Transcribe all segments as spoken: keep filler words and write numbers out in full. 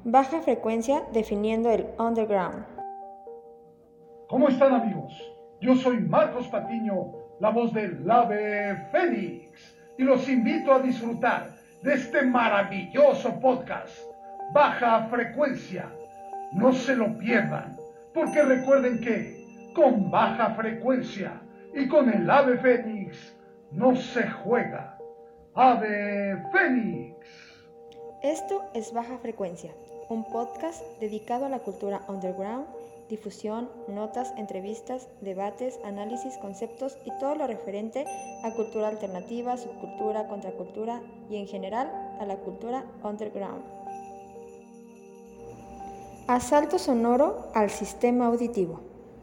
Baja frecuencia definiendo el underground. ¿Cómo están, amigos? Yo soy Marcos Patiño, la voz del Ave Fénix, y los invito a disfrutar de este maravilloso podcast, Baja Frecuencia. No se lo pierdan, porque recuerden que con Baja Frecuencia y con el Ave Fénix no se juega. Ave Fénix. Esto es Baja Frecuencia, un podcast dedicado a la cultura underground, difusión, notas, entrevistas, debates, análisis, conceptos y todo lo referente a cultura alternativa, subcultura, contracultura y en general a la cultura underground. Asalto sonoro al sistema auditivo.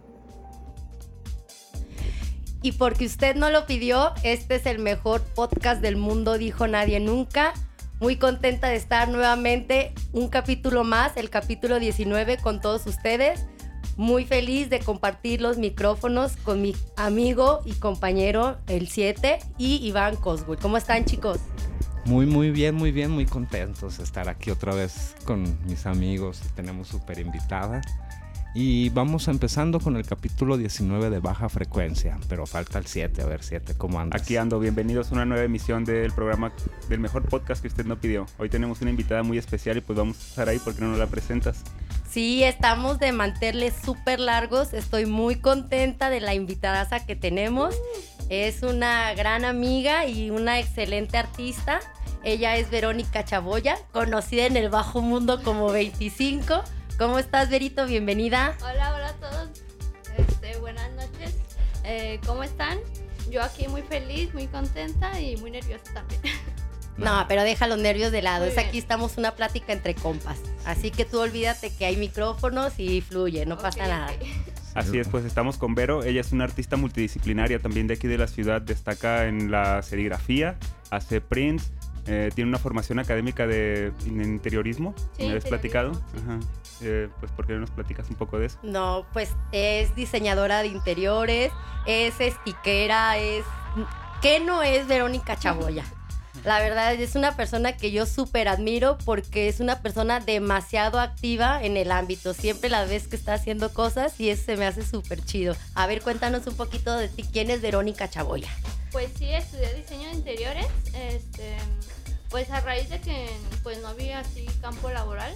Y porque usted no lo pidió, este es el mejor podcast del mundo, dijo nadie nunca. Muy contenta de estar nuevamente un capítulo más, el capítulo diecinueve con todos ustedes. Muy feliz de compartir los micrófonos con mi amigo y compañero, el siete, y Iván Coswood. ¿Cómo están, chicos? Muy, muy bien, muy bien, muy contentos de estar aquí otra vez con mis amigos. Tenemos súper invitada. Y vamos empezando con el capítulo diecinueve de Baja Frecuencia, pero falta el siete. A ver, siete, ¿cómo andas? Aquí ando, bienvenidos a una nueva emisión del programa del mejor podcast que usted no pidió. Hoy tenemos una invitada muy especial y pues vamos a estar ahí, ¿por qué no nos la presentas? Sí, estamos de manteles súper largos, estoy muy contenta de la invitadaza que tenemos. Es una gran amiga y una excelente artista. Ella es Verónica Chaboya, conocida en el bajo mundo como veinticinco. ¿Cómo estás, Verito? Bienvenida. Hola, hola a todos. Este, buenas noches. Eh, ¿Cómo están? Yo aquí muy feliz, muy contenta y muy nerviosa también. No, pero deja los nervios de lado. Muy Es bien. aquí estamos una plática entre compas. Así que tú olvídate que hay micrófonos y fluye, no pasa Ok, nada. ok. Así es, pues estamos con Vero. Ella es una artista multidisciplinaria también de aquí de la ciudad. Destaca en la serigrafía, hace prints, eh, tiene una formación académica de en interiorismo. Sí, ¿Me habías interiorismo, platicado? sí. Ajá. Eh, pues, ¿por qué no nos platicas un poco de eso? No, pues es diseñadora de interiores, es estiquera, es... ¿Qué no es Verónica Chaboya? La verdad es una persona que yo súper admiro porque es una persona demasiado activa en el ámbito. Siempre la ves que está haciendo cosas y eso se me hace súper chido. A ver, cuéntanos un poquito de ti. ¿Quién es Verónica Chaboya? Pues sí, estudié diseño de interiores. Este, pues a raíz de que pues no había así campo laboral,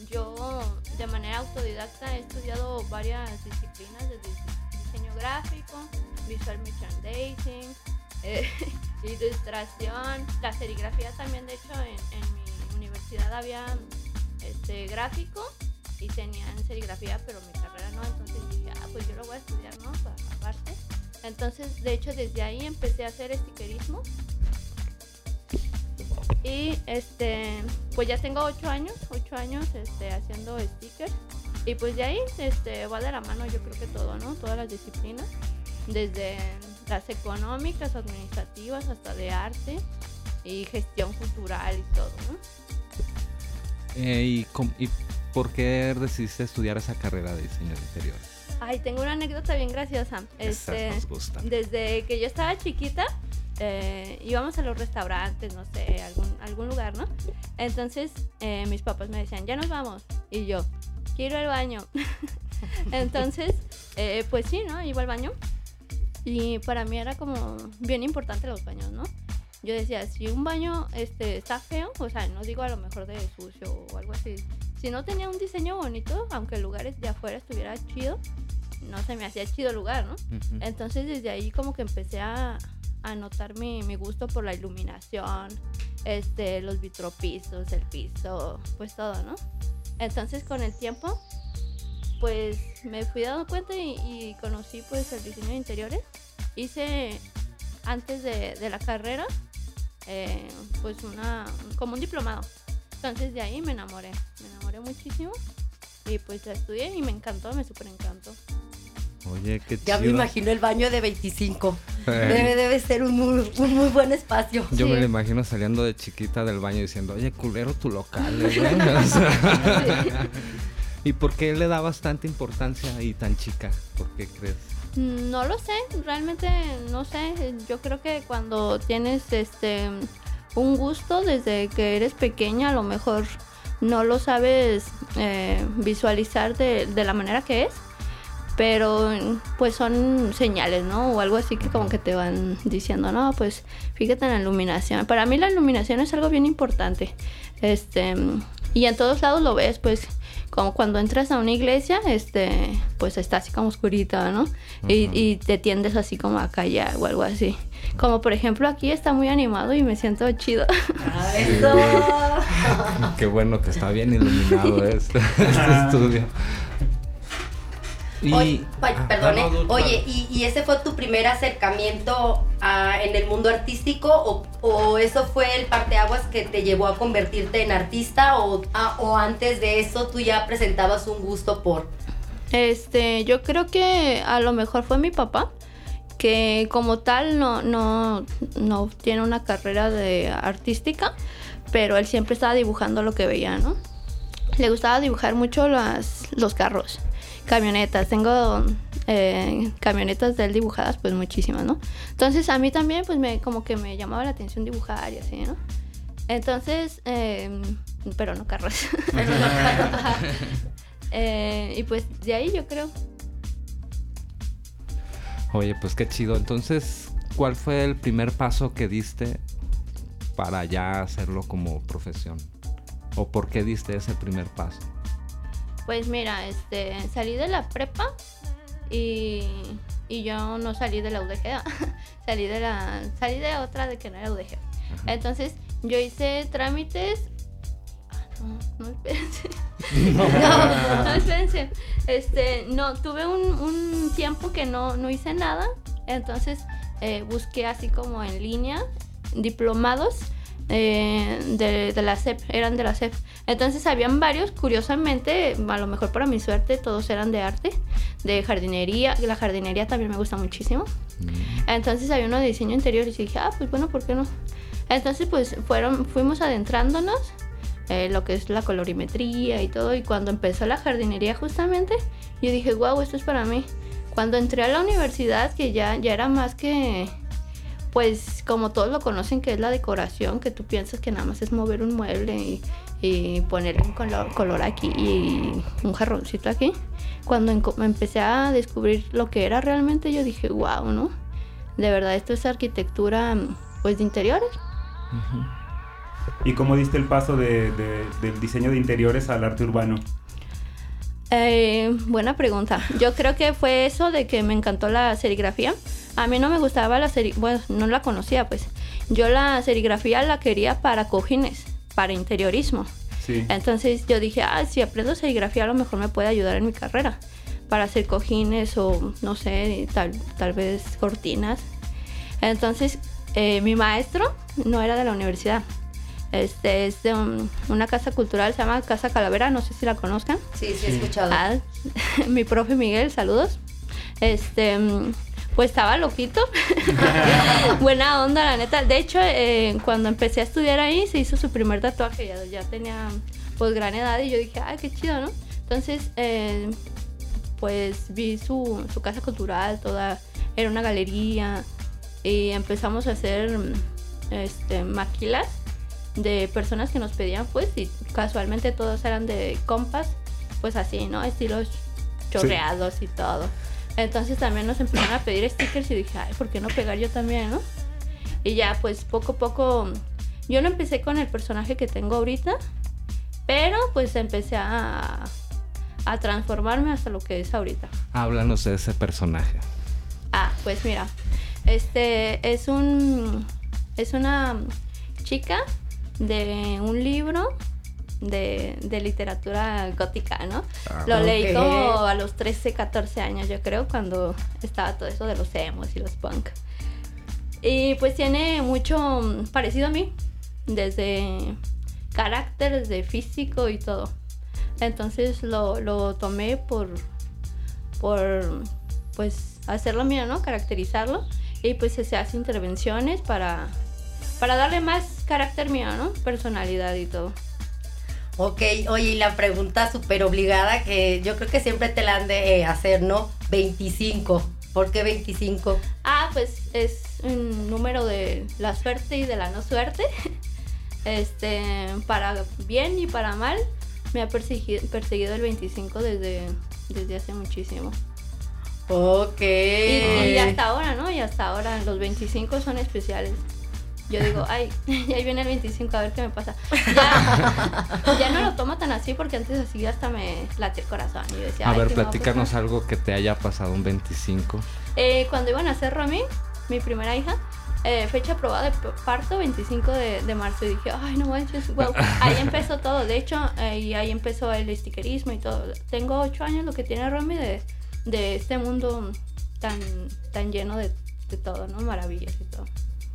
yo de manera autodidacta he estudiado varias disciplinas de dis- diseño gráfico, visual merchandising, eh, ilustración, la serigrafía también. De hecho, en, en mi universidad había este, gráfico y tenían serigrafía, pero mi carrera no. Entonces dije, ah, pues yo lo voy a estudiar, ¿no? Pa- Aparte. Entonces, de hecho, desde ahí empecé a hacer stiquerismo. Y este, pues ya tengo ocho años, ocho años este, haciendo stickers. Y pues de ahí este, va de la mano, yo creo que todo, ¿no? Todas las disciplinas, desde las económicas, administrativas, hasta de arte y gestión cultural y todo, ¿no? Eh, y, com- ¿Y por qué decidiste estudiar esa carrera de diseño de interiores? Ay, tengo una anécdota bien graciosa. Esas Este, nos gustan. desde que yo estaba chiquita, eh, íbamos a los restaurantes, no sé, algún, algún lugar, ¿no? Entonces eh, mis papás me decían, ya nos vamos. Y yo, quiero ir al baño. Entonces, eh, pues sí, ¿no? Iba al baño. Y para mí era como bien importante los baños, ¿no? Yo decía, si un baño este, está feo, o sea, no digo a lo mejor de sucio o algo así. Si no tenía un diseño bonito, aunque el lugar de afuera estuviera chido, no se me hacía chido el lugar, ¿no? Ujú. Entonces desde ahí como que empecé a, a notar mi, mi gusto por la iluminación, este, los vitropisos, el piso, pues todo, ¿no? Entonces con el tiempo, pues me fui dando cuenta y, y conocí pues el diseño de interiores. Hice antes de, de la carrera, eh, pues una, como un diplomado. Entonces de ahí me enamoré, me enamoré muchísimo y pues la estudié y me encantó, me súper encantó. Oye, qué Ya me chido. imagino el baño de veinticinco. Eh, Debe, debe ser un muy, un muy buen espacio. Yo Sí. me lo imagino saliendo de chiquita del baño diciendo, oye, culero tu local, ¿eh, güey?" O sea, ¿y por qué le dabas tanta importancia ahí tan chica? ¿Por qué crees? No lo sé, realmente no sé. Yo creo que cuando tienes este un gusto desde que eres pequeña, a lo mejor no lo sabes eh, visualizar de, de la manera que es, pero pues son señales, ¿no? O algo así que como que te van diciendo, no, pues fíjate en la iluminación. Para mí la iluminación es algo bien importante. Este, y en todos lados lo ves, pues como cuando entras a una iglesia, este, pues está así como oscurita, ¿no? Uh-huh. Y, y te tiendes así como a callar o algo así. Como por ejemplo aquí está muy animado y me siento chido. ¡Ah, eso! Qué bueno que está bien iluminado este, este estudio. Y, oye, ah, perdone, no, no, oye, ¿y, ¿y ese fue tu primer acercamiento a, en el mundo artístico o, o eso fue el parteaguas que te llevó a convertirte en artista o, a, o antes de eso tú ya presentabas un gusto por? Este, yo creo que a lo mejor fue mi papá, que como tal no, no, no tiene una carrera de artística, pero él siempre estaba dibujando lo que veía, ¿no? Le gustaba dibujar mucho las, los carros. Camionetas, tengo eh, camionetas de él dibujadas, pues muchísimas, ¿no? Entonces a mí también, pues me como que me llamaba la atención dibujar y así, ¿no? Entonces, eh, pero no carros. Pero no carros. eh, y pues de ahí yo creo. Oye, pues qué chido. Entonces, ¿cuál fue el primer paso que diste para ya hacerlo como profesión? ¿O por qué diste ese primer paso? Pues mira, este, salí de la prepa y, y yo no salí de la U D G, salí de la, salí de otra de que no era U D G. Ajá. Entonces yo hice trámites, ah, no, no espérense, no, no espérense, este, no, tuve un, un tiempo que no, no hice nada, entonces eh, busqué así como en línea diplomados. Eh, de, de la S E P, eran de la S E P. Entonces habían varios, curiosamente, a lo mejor para mi suerte, todos eran de arte, de jardinería. La jardinería también me gusta muchísimo. Mm. Entonces había uno de diseño interior y dije, ah, pues bueno, ¿por qué no? Entonces pues fueron, fuimos adentrándonos, eh, lo que es la colorimetría y todo. Y cuando empezó la jardinería justamente, yo dije, wow, esto es para mí. Cuando entré a la universidad, que ya, ya era más que... pues como todos lo conocen, que es la decoración, que tú piensas que nada más es mover un mueble y, y ponerle un color, color aquí y un jarroncito aquí. Cuando en, empecé a descubrir lo que era realmente, yo dije, wow, ¿no? De verdad, esto es arquitectura, pues, de interiores. Uh-huh. ¿Y cómo diste el paso de, de, del diseño de interiores al arte urbano? Eh, buena pregunta. Yo creo que fue eso de que me encantó la serigrafía. A mí no me gustaba la serigrafía, bueno, no la conocía, pues. Yo la serigrafía la quería para cojines, para interiorismo. Sí. Entonces yo dije, ah, si aprendo serigrafía a lo mejor me puede ayudar en mi carrera. Para hacer cojines o, no sé, tal, tal vez cortinas. Entonces, eh, mi maestro no era de la universidad. Este es de un, una casa cultural, se llama Casa Calavera, no sé si la conozcan. Sí, sí he escuchado. Ah, mi profe Miguel, saludos. Este, pues estaba loquito. Buena onda, la neta. De hecho, eh, cuando empecé a estudiar ahí, se hizo su primer tatuaje. Ya, ya tenía pues gran edad y yo dije, ay, qué chido, ¿no? Entonces, eh, pues vi su, su casa cultural, toda, era una galería y empezamos a hacer este, maquilas de personas que nos pedían, pues, y casualmente todos eran de compas, pues así, ¿no? Estilos chorreados sí. Y todo. Entonces también nos empezaron a pedir stickers y dije, ay, ¿por qué no pegar yo también, no? Y ya, pues, poco a poco, yo no empecé con el personaje que tengo ahorita, pero pues empecé a, a transformarme hasta lo que es ahorita. Háblanos de ese personaje. Ah, pues mira, este es un, es una chica de un libro de, de literatura gótica, ¿no? Ah, Lo leí okay. como a los trece, catorce años, yo creo, cuando estaba todo eso de los emos y los punk. Y pues tiene mucho parecido a mí, desde carácter, desde físico y todo. Entonces lo, lo tomé por, por pues hacerlo mío, ¿no? Caracterizarlo. Y pues se hace intervenciones para... para darle más carácter mío, ¿no? Personalidad y todo. Ok, oye, y la pregunta súper obligada que yo creo que siempre te la han de hacer, ¿no? veinticinco. ¿Por qué veinticinco? Ah, pues es un número de la suerte y de la no suerte. Este, para bien y para mal. me ha perseguido, perseguido el veinticinco desde, desde hace muchísimo. Ok. Y, y hasta ahora, ¿no? Y hasta ahora los veinticinco son especiales. Yo digo, ay, ahí viene el veinticinco, a ver qué me pasa. Ya, ya no lo tomo tan así porque antes así hasta me late el corazón. Y decía, a ay, ver, ¿qué me va a platícanos pasar? algo que te haya pasado un veinticinco. Eh, cuando iban a hacer Romy, mi primera hija, eh, fecha aprobada de parto veinticinco de, de marzo. Y dije, ay, no manches, wow. Ahí empezó todo. De hecho, eh, y ahí empezó el stickerismo y todo. Tengo ocho años, lo que tiene Romy, de, de este mundo tan, tan lleno de, de todo, ¿no? Maravillas y todo.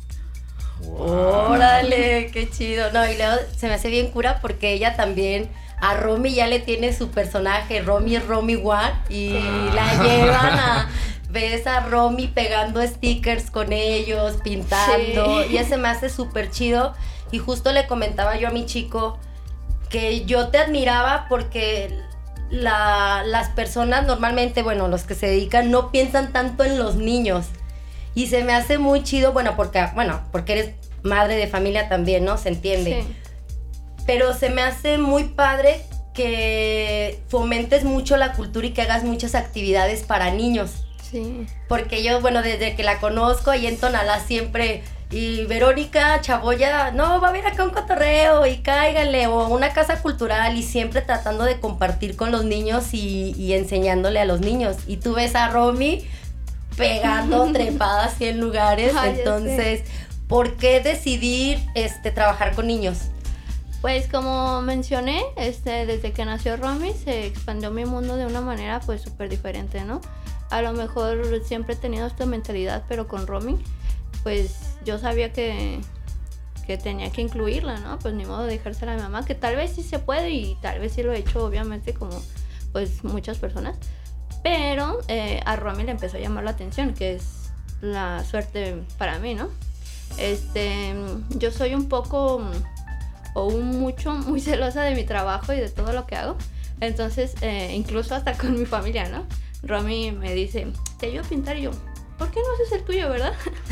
Wow. Órale, qué chido. No, y luego se me hace bien cura porque ella también, a Romy ya le tiene su personaje, Romy es Romy One, y ah. la llevan a, ves a Romy pegando stickers con ellos, pintando, sí. Y ese me hace súper chido. Y justo le comentaba yo a mi chico que yo te admiraba porque la, las personas normalmente, bueno, los que se dedican no piensan tanto en los niños. Y se me hace muy chido, bueno, porque, bueno, porque eres madre de familia también, ¿no? Se entiende. Sí. Pero se me hace muy padre que fomentes mucho la cultura y que hagas muchas actividades para niños. Sí. Porque yo, bueno, desde que la conozco, ahí en Tonalá siempre, y Verónica Chaboya, no, va a haber acá un cotorreo y cáiganle, o una casa cultural, y siempre tratando de compartir con los niños y, y enseñándole a los niños. Y tú ves a Romy pegando trepadas en lugares. Ay, entonces, ¿por qué decidir este, trabajar con niños? Pues como mencioné, este, desde que nació Romy se expandió mi mundo de una manera pues súper diferente, ¿no? A lo mejor siempre he tenido esta mentalidad, pero con Romy, pues yo sabía que, que tenía que incluirla, ¿no? Pues ni modo de dejársela a mi mamá, que tal vez sí se puede y tal vez sí lo he hecho, obviamente, como pues muchas personas. Pero eh, a Romy le empezó a llamar la atención, que es la suerte para mí, ¿no? Este, yo soy un poco, o un mucho, muy celosa de mi trabajo y de todo lo que hago. Entonces, eh, incluso hasta con mi familia, ¿no? Romy me dice, te ayudo a pintar, y yo, ¿por qué no haces el tuyo, verdad?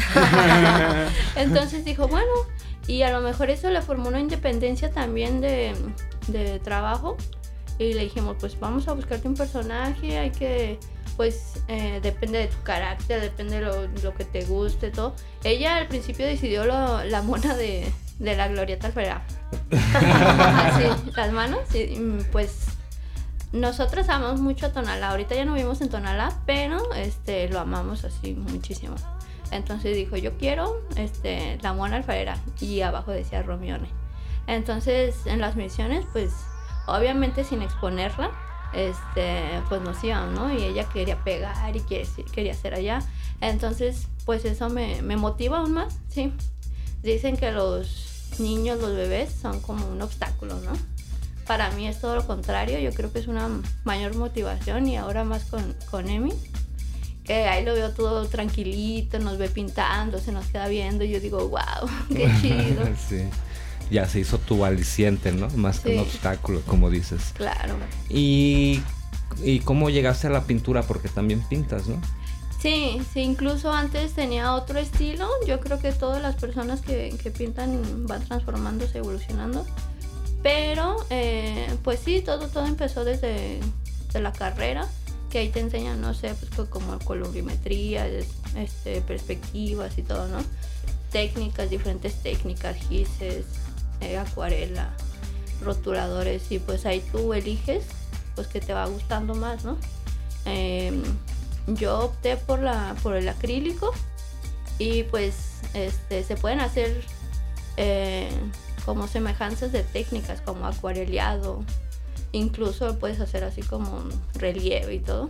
Entonces dijo, bueno, y a lo mejor eso le formó una independencia también de, de trabajo. Y le dijimos, pues vamos a buscarte un personaje, hay que, pues, eh, depende de tu carácter, depende de lo, lo que te guste, todo. Ella al principio decidió lo, la mona de, de la Glorieta Alfarera. Así, las manos, y pues nosotros amamos mucho a Tonalá. Ahorita ya no vivimos en Tonalá, pero este, lo amamos así muchísimo. Entonces dijo, yo quiero este, la mona alfarera, y abajo decía Romione. Entonces en las misiones, pues, obviamente sin exponerla, este, pues nos íbamos, ¿no? Y ella quería pegar y quería, quería hacer allá. Entonces, pues eso me, me motiva aún más, sí. Dicen que los niños, los bebés, son como un obstáculo, ¿no? Para mí es todo lo contrario. Yo creo que es una mayor motivación, y ahora más con, con Emi, que ahí lo veo todo tranquilito, nos ve pintando, se nos queda viendo, y yo digo, wow, qué chido. Sí. Ya se hizo tu aliciente, ¿no? Más que sí. Un obstáculo, como dices. Claro. Y, ¿Y cómo llegaste a la pintura? Porque también pintas, ¿no? Sí, sí, incluso antes tenía otro estilo. Yo creo que todas las personas que, que pintan van transformándose, evolucionando. Pero, eh, pues sí, todo, todo empezó desde de la carrera, que ahí te enseñan, no sé, pues como colorimetría, este, perspectivas y todo, ¿no? Técnicas, diferentes técnicas, gises, eh, acuarela, rotuladores, y pues ahí tú eliges pues que te va gustando más, ¿no? Eh, yo opté por la por el acrílico, y pues este se pueden hacer eh, como semejanzas de técnicas como acuareleado, incluso puedes hacer así como relieve y todo.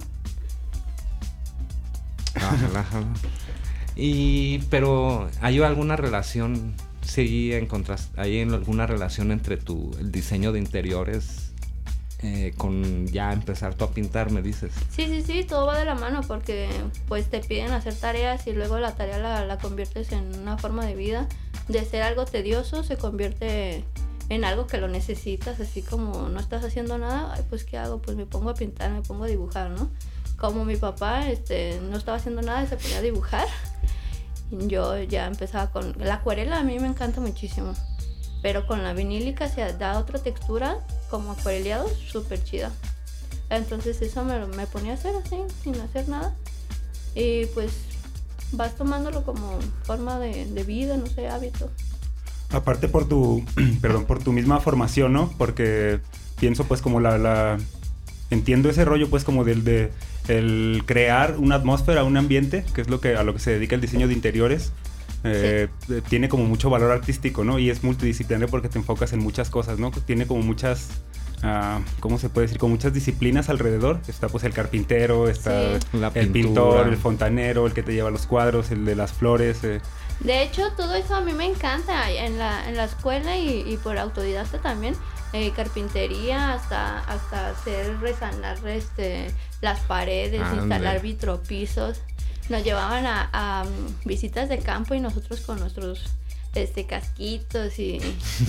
Ajá, ajá. Y, pero, ¿hay alguna relación, sí encontraste, hay alguna relación entre tu, el diseño de interiores eh, con ya empezar tú a pintar, me dices? Sí, sí, sí, todo va de la mano, porque pues te piden hacer tareas y luego la tarea la, la conviertes en una forma de vida. De ser algo tedioso se convierte en algo que lo necesitas, así como no estás haciendo nada, ay, pues ¿qué hago? Pues me pongo a pintar, me pongo a dibujar, ¿no? Como mi papá este, no estaba haciendo nada y se ponía a dibujar, yo ya empezaba con la acuarela. A mí me encanta muchísimo, pero con la vinílica se da otra textura como acuareleados, súper chida. Entonces eso me, me ponía a hacer así, sin hacer nada. Y pues vas tomándolo como forma de, de vida, no sé, hábito. Aparte por tu, perdón, por tu misma formación, ¿no? Porque pienso pues como la, la entiendo ese rollo pues como del de el crear una atmósfera, un ambiente, que es lo que a lo que se dedica el diseño de interiores. Eh, sí. Tiene como mucho valor artístico, ¿no? Y es multidisciplinario porque te enfocas en muchas cosas, ¿no? Tiene como muchas, uh, ¿cómo se puede decir? Como muchas disciplinas alrededor. Está pues el carpintero, está sí. el pintor, el fontanero, el que te lleva los cuadros, el de las flores. Eh. De hecho, todo eso a mí me encanta en la, en la escuela y, y por autodidacta también. Eh, carpintería, hasta, hasta hacer, resanar este, las paredes, ah, instalar vitropisos. Nos llevaban a, a visitas de campo y nosotros con nuestros este casquitos y... sí,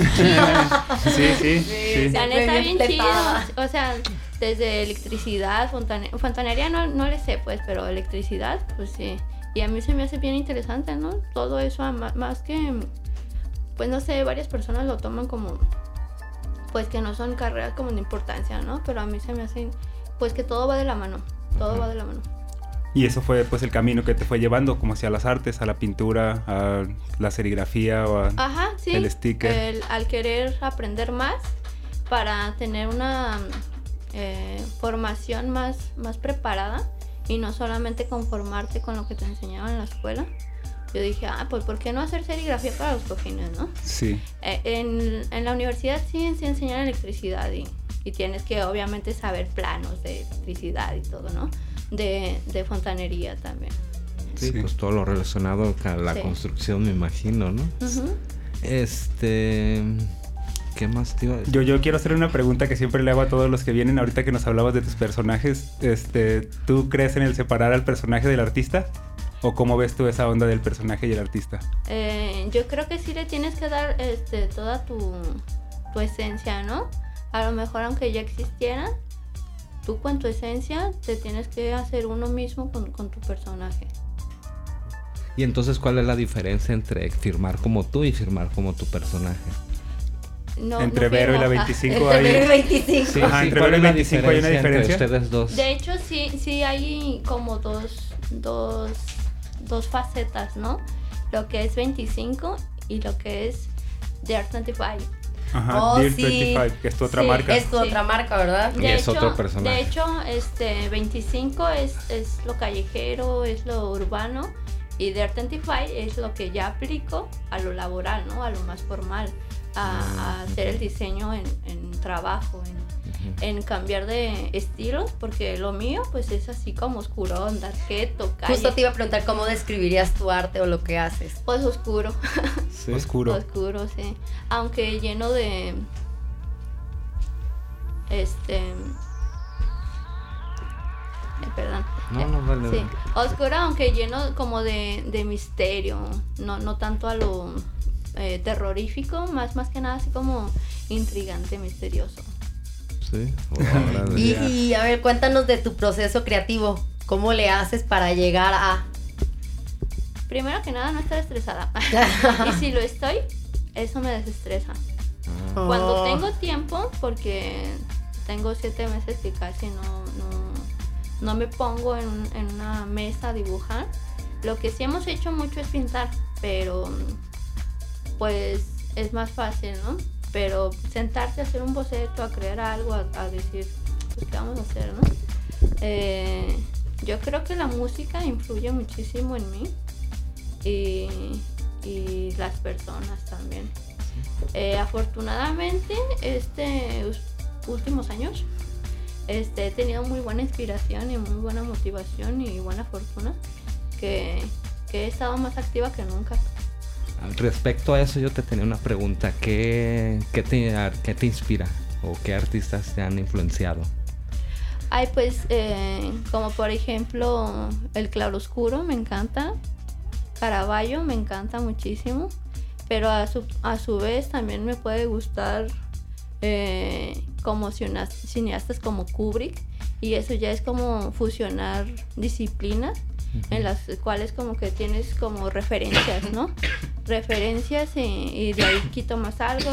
sí, sí. La neta bien chido. O sea, desde electricidad, fontane- fontanería no, no le sé pues, pero electricidad, pues sí. Y a mí se me hace bien interesante, ¿no? Todo eso, más que... Pues no sé, varias personas lo toman como... Pues que no son carreras como de importancia, ¿no? Pero a mí se me hace... Pues que todo va de la mano. Todo uh-huh. va de la mano. Y eso fue pues el camino que te fue llevando como hacia las artes, a la pintura, a la serigrafía o a Ajá, sí. el sticker. El, al querer aprender más para tener una eh, formación más, más preparada y no solamente conformarte con lo que te enseñaban en la escuela. Yo dije, ah, pues ¿por qué no hacer serigrafía para los cojines, no? Sí. Eh, en, en la universidad sí, sí enseñan electricidad y, y tienes que obviamente saber planos de electricidad y todo, ¿no? De, de fontanería también. Sí, sí, pues todo lo relacionado a la sí. construcción, me imagino, ¿no? Uh-huh. Este... ¿Qué más te iba a decir? Yo, yo quiero hacer una pregunta que siempre le hago a todos los que vienen ahorita que nos hablabas de tus personajes. Este, ¿tú crees en el separar al personaje del artista? ¿O cómo ves tú esa onda del personaje y el artista? Eh, yo creo que sí le tienes que dar este, toda tu, tu esencia, ¿no? A lo mejor aunque ya existiera, tú con tu esencia te tienes que hacer uno mismo con, con tu personaje. Y entonces, ¿cuál es la diferencia entre firmar como tú y firmar como tu personaje? No, entre no Vero firmo, y la veinticinco entre hay... Vero y veinticinco. Sí, Ajá, sí, entre Vero y veinticinco hay una diferencia. Entre ustedes dos. De hecho, sí, sí hay como dos, dos, dos facetas, ¿no? Lo que es veinticinco y lo que es Dear veinticinco. Ajá, oh, Dear sí. veinticinco, que es tu otra Sí, marca. Es tu Sí. otra marca, ¿verdad? De Y es hecho, otro personaje. De hecho, este veinticinco es, es lo callejero, es lo urbano, y Dear veinticinco es lo que ya aplico a lo laboral, ¿no? A lo más formal, a, a hacer el diseño en, en trabajo, en, uh-huh. en cambiar de estilos, porque lo mío pues es así como oscurón, darketo, calle. Justo te iba a preguntar cómo describirías tu arte o lo que haces. Pues oscuro. Sí. Oscuro. Oscuro, sí. Aunque lleno de... Este... Eh, perdón. No, no, vale. Sí, oscuro aunque lleno como de, de misterio, no, no tanto a lo eh, terrorífico, más, más que nada así como intrigante, misterioso. Sí. Oh, y, y a ver, cuéntanos de tu proceso creativo, ¿cómo le haces para llegar a...? Primero que nada, no estar estresada. Y si lo estoy, eso me desestresa. Oh. Cuando tengo tiempo, porque tengo siete meses que casi no... no No me pongo en, en una mesa a dibujar. Lo que sí hemos hecho mucho es pintar, pero pues es más fácil, ¿no? Pero sentarse a hacer un boceto, a crear algo, a, a decir, pues qué vamos a hacer, ¿no? Eh, yo creo que la música influye muchísimo en mí y, y las personas también. Eh, afortunadamente, estos últimos años Este, he tenido muy buena inspiración y muy buena motivación y buena fortuna, que, que he estado más activa que nunca. Respecto a eso, yo te tenía una pregunta. ¿Qué, qué, te, qué te inspira o qué artistas te han influenciado? Ay, pues, eh, como por ejemplo, el claroscuro me encanta, Caravaggio me encanta muchísimo, pero a su, a su vez también me puede gustar... Eh, como cineastas como Kubrick, y eso ya es como fusionar disciplinas uh-huh. en las cuales como que tienes como referencias, ¿no? Referencias y, y de ahí quito más algo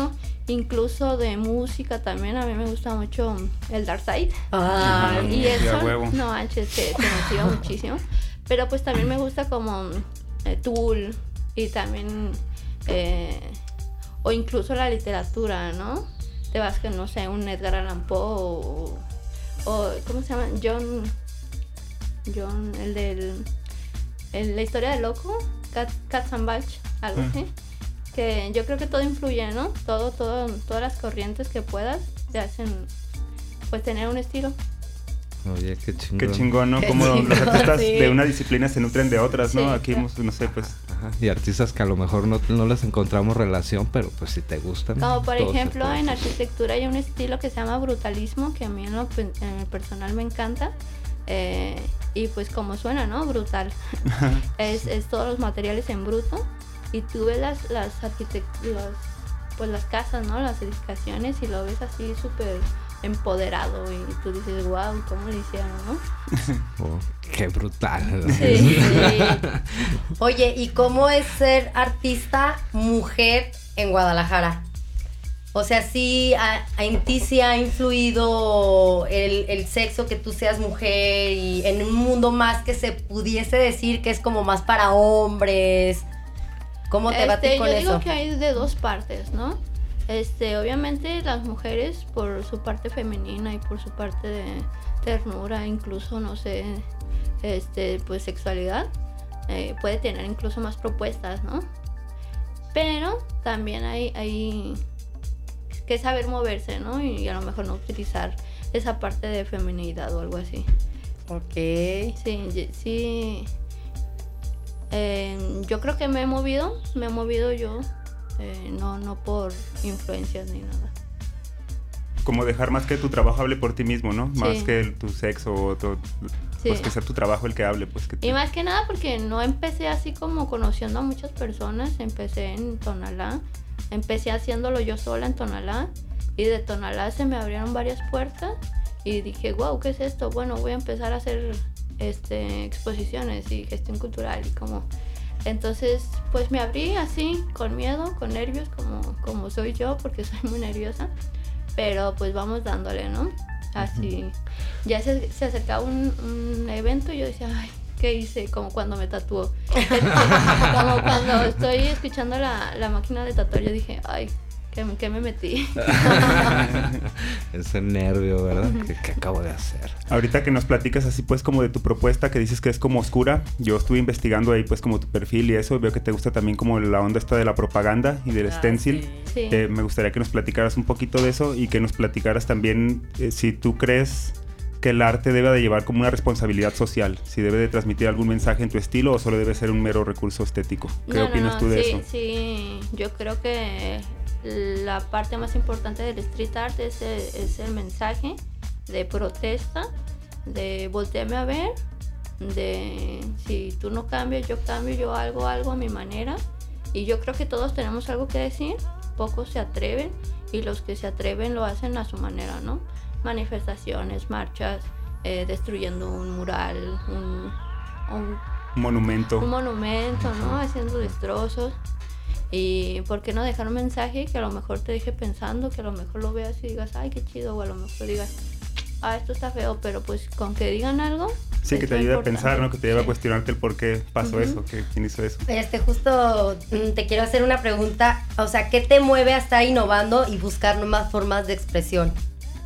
incluso de música también. A mí me gusta mucho el Dark Side. Ah, y sí, eso, a huevo. no manches, se, se motiva muchísimo. Pero pues también me gusta como eh, Tool y también, eh, o incluso la literatura, ¿no? Te vas que, no sé, un Edgar Allan Poe o, o ¿cómo se llama? John, John, el del, el, la historia del loco, Cat, Cats and Batch, algo Mm. así. Que yo creo que todo influye, ¿no? Todo, todo, todas las corrientes que puedas te hacen, pues, tener un estilo. Oye, qué chingón. Qué chingón, ¿no? Qué Como chingón, los artistas sí. de una disciplina se nutren de otras, ¿no? Sí, Aquí, claro. hemos, no sé, pues... Ajá, y artistas que a lo mejor no, no les encontramos relación, pero pues si te gustan. Como por todo se ejemplo puede. en arquitectura hay un estilo que se llama brutalismo, que a mí en lo pe- en el personal me encanta. eh, y pues como suena, ¿no? Brutal. es, es todos los materiales en bruto. Y tú ves las, las arquitecturas, pues las casas, ¿no? Las edificaciones y lo ves así súper empoderado y tú dices, wow, ¿cómo lo hicieron, no? Oh, qué brutal. Sí, sí. Oye, ¿y cómo es ser artista mujer en Guadalajara? O sea, sí, a- a- en ti sí ha influido el, el sexo, que tú seas mujer, y en un mundo más que se pudiese decir que es como más para hombres. ¿Cómo te va a ti Este, con yo eso? digo que hay de dos partes, ¿no? Este, obviamente las mujeres por su parte femenina y por su parte de ternura, incluso, no sé, este, pues sexualidad, eh, puede tener incluso más propuestas, ¿no? Pero también hay, hay que saber moverse, ¿no? Y a lo mejor no utilizar esa parte de feminidad o algo así. Ok. Sí, ye- sí. Eh, yo creo que me he movido, me he movido yo, eh, no, no por influencias ni nada. Como dejar más que tu trabajo hable por ti mismo, ¿no? Sí. Más que el- tu sexo o tu, Sí. pues que sea tu trabajo el que hable, pues que te- Y más que nada porque no empecé así como conociendo a muchas personas, empecé en Tonalá, empecé haciéndolo yo sola en Tonalá y de Tonalá se me abrieron varias puertas y dije, wow, ¿qué es esto? Bueno, voy a empezar a hacer este, exposiciones y gestión cultural y como... Entonces, pues me abrí así, con miedo, con nervios, como, como soy yo, porque soy muy nerviosa, pero pues vamos dándole, ¿no? Así, ya se, se acercaba un, un evento y yo decía, ay, ¿qué hice? Como cuando me tatuó. Como cuando estoy escuchando la, la máquina de tatuar, yo dije, ay, ¿qué, qué me metí? Ese nervio, ¿verdad? ¿Qué, qué acabo de hacer? Ahorita que nos platicas así pues como de tu propuesta que dices que es como oscura, yo estuve investigando ahí pues como tu perfil y eso, veo que te gusta también como la onda esta de la propaganda y del Ah, stencil. sí. Sí. Eh, me gustaría que nos platicaras un poquito de eso y que nos platicaras también eh, si tú crees que el arte debe de llevar como una responsabilidad social, si debe de transmitir algún mensaje en tu estilo o solo debe ser un mero recurso estético. ¿Qué No, opinas no, tú de sí, eso? Sí, yo creo que la parte más importante del street art es el, es el mensaje de protesta, de voltearme a ver, de si tú no cambias, yo cambio, yo hago algo a mi manera. Y yo creo que todos tenemos algo que decir, pocos se atreven y los que se atreven lo hacen a su manera, ¿no? Manifestaciones, marchas, eh, destruyendo un mural, un, un Un monumento. un monumento, ¿no? Haciendo destrozos. Y por qué no dejar un mensaje que a lo mejor te deje pensando, que a lo mejor lo veas y digas, ay, qué chido, o a lo mejor digas, ah, esto está feo, pero pues con que digan algo. Sí, que es te lo ayude a importante. pensar, ¿no? Que te lleve a Sí. cuestionarte el por qué pasó Ujú. eso, que quién hizo eso. Este, justo mm, te quiero hacer una pregunta. O sea, ¿qué te mueve a estar innovando y buscar nuevas formas de expresión?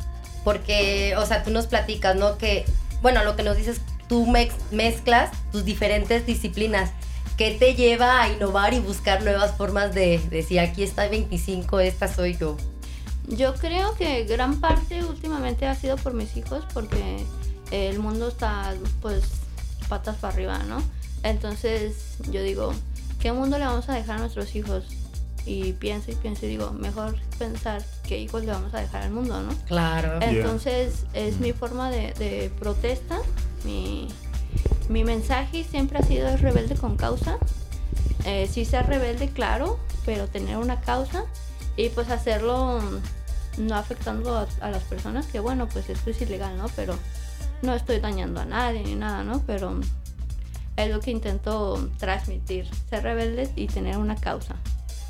Porque, o sea, tú nos platicas, ¿no? Que, bueno, lo que nos dices, tú mex- mezclas tus diferentes disciplinas. ¿Qué te lleva a innovar y buscar nuevas formas de decir, aquí está veinticinco, esta soy yo? Yo creo que gran parte últimamente ha sido por mis hijos, porque el mundo está, pues, patas para arriba, ¿no? Entonces, yo digo, ¿qué mundo le vamos a dejar a nuestros hijos? Y pienso y pienso y digo, mejor pensar qué hijos le vamos a dejar al mundo, ¿no? Claro. Yeah. Entonces, es mi forma de, de protesta, mi, mi mensaje siempre ha sido es rebelde con causa. Eh, sí ser rebelde, claro, pero tener una causa y pues hacerlo no afectando a, a las personas, que bueno, pues esto es ilegal, ¿no? Pero no estoy dañando a nadie ni nada, ¿no? Pero es lo que intento transmitir, ser rebelde y tener una causa.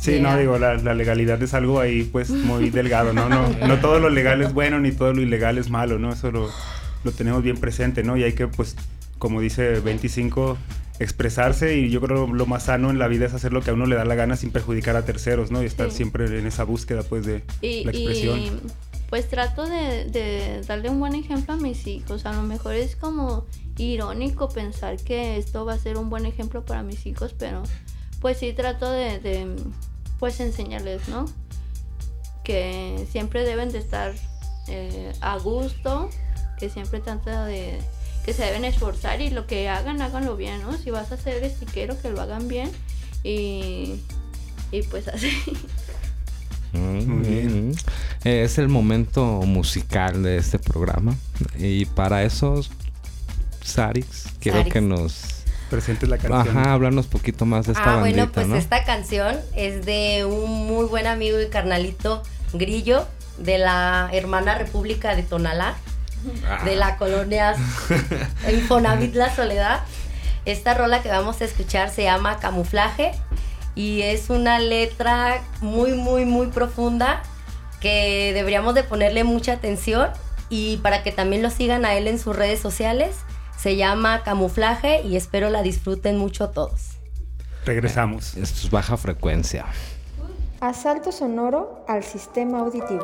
Sí, Yeah. no, digo, la, la legalidad es algo ahí pues muy delgado, ¿no? No, no todo lo legal es bueno ni todo lo ilegal es malo, ¿no? Eso lo, lo tenemos bien presente, ¿no? Y hay que, pues, como dice veinticinco, expresarse, y yo creo que lo más sano en la vida es hacer lo que a uno le da la gana sin perjudicar a terceros, ¿no? Y estar Sí. siempre en esa búsqueda, pues, de Y, la expresión. y, pues trato de, de darle un buen ejemplo a mis hijos. A lo mejor es como irónico pensar que esto va a ser un buen ejemplo para mis hijos, pero pues sí trato de, de pues enseñarles, ¿no? Que siempre deben de estar eh, a gusto, que siempre trata de que se deben esforzar, y lo que hagan, háganlo bien, ¿no? Si vas a ser estiquero, que lo hagan bien, y, y pues así. Muy bien. Es el momento musical de este programa. Y para eso, Sarix, quiero Sarix. que nos... Presentes la canción. Ajá, hablarnos poquito más de esta Ah, bandita, bueno, pues ¿no? esta canción es de un muy buen amigo y carnalito Grillo, de la hermana República de Tonalá, Ah. de la colonia Infonavit La Soledad. Esta rola que vamos a escuchar se llama Camuflaje, y es una letra muy, muy, muy profunda que deberíamos de ponerle mucha atención, y para que también lo sigan a él en sus redes sociales. Se llama Camuflaje y espero la disfruten mucho todos. Regresamos. Esto es Baja Frecuencia. Asalto sonoro al sistema auditivo.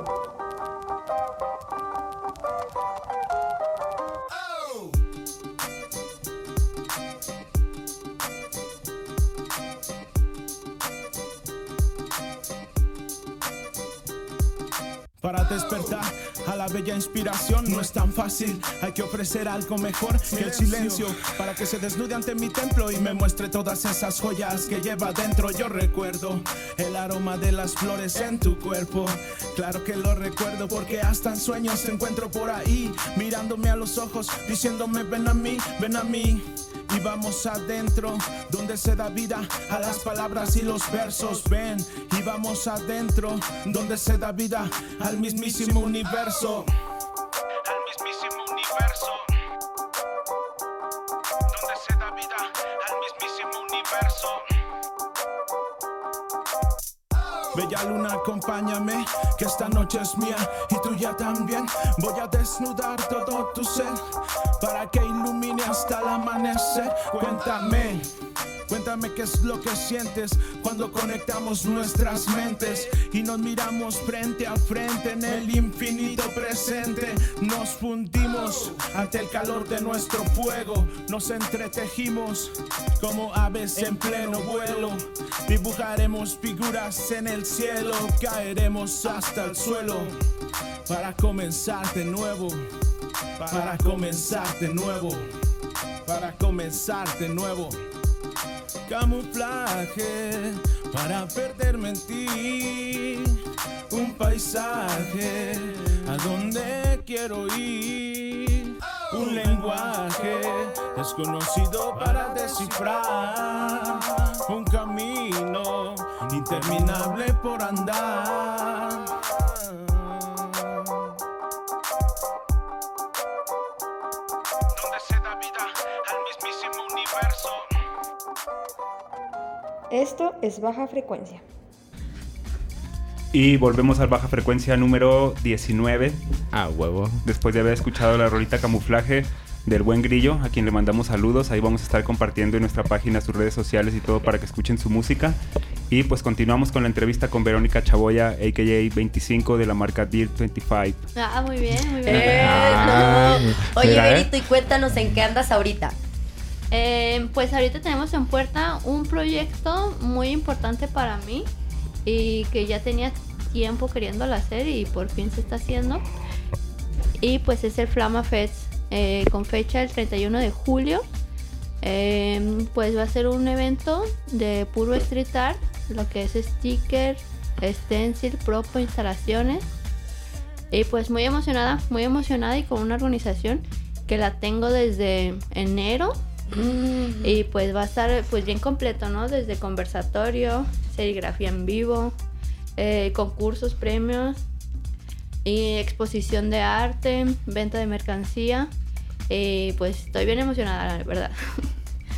Para despertar a la bella inspiración no es tan fácil, hay que ofrecer algo mejor que el silencio, para que se desnude ante mi templo y me muestre todas esas joyas que lleva dentro. Yo recuerdo el aroma de las flores en tu cuerpo, claro que lo recuerdo, porque hasta en sueños te encuentro por ahí, mirándome a los ojos, diciéndome ven a mí, ven a mí. Y vamos adentro, donde se da vida a las palabras y los versos. Ven, y vamos adentro, donde se da vida al mismísimo universo. Al mismísimo universo. Donde se da vida al mismísimo universo. Bella luna, acompáñame, que esta noche es mía y tuya también. Voy a desnudar todo tu ser para que ilumine hasta el amanecer. Cuéntame, cuéntame qué es lo que sientes cuando conectamos nuestras mentes y nos miramos frente a frente en el infinito presente. Nos fundimos ante el calor de nuestro fuego, nos entretejimos como aves en pleno vuelo. Dibujaremos figuras en el cielo, caeremos hasta el suelo para comenzar de nuevo, para comenzar de nuevo, para comenzar de nuevo. Camuflaje para perderme en ti, un paisaje a donde quiero ir, un lenguaje desconocido para descifrar, un camino interminable por andar. Donde se da vida al mismísimo universo. Esto es Baja Frecuencia. Y volvemos al Baja Frecuencia número diecinueve. Ah, huevo. Después de haber escuchado la rolita Camuflaje del buen Grillo, a quien le mandamos saludos. Ahí vamos a estar compartiendo en nuestra página sus redes sociales y todo para que escuchen su música. Y pues continuamos con la entrevista con Verónica Chaboya, a k a veinticinco, de la marca Dirt veinticinco. Ah, muy bien, muy bien. ¡Eh, Ah, no! Oye, mira, ¿eh? Verito, y cuéntanos en qué andas ahorita. Eh, pues ahorita tenemos en puerta un proyecto muy importante para mí y que ya tenía tiempo queriéndolo hacer y por fin se está haciendo. Y pues es el Flama Fest, eh, con fecha el treinta y uno de julio. Eh, pues va a ser un evento de puro street art, lo que es sticker, stencil, propo, instalaciones. Y pues muy emocionada, muy emocionada y con una organización que la tengo desde enero. Y pues va a estar pues bien completo, ¿no? Desde conversatorio, serigrafía en vivo, eh, concursos, premios y exposición de arte, venta de mercancía. Y pues estoy bien emocionada, la verdad.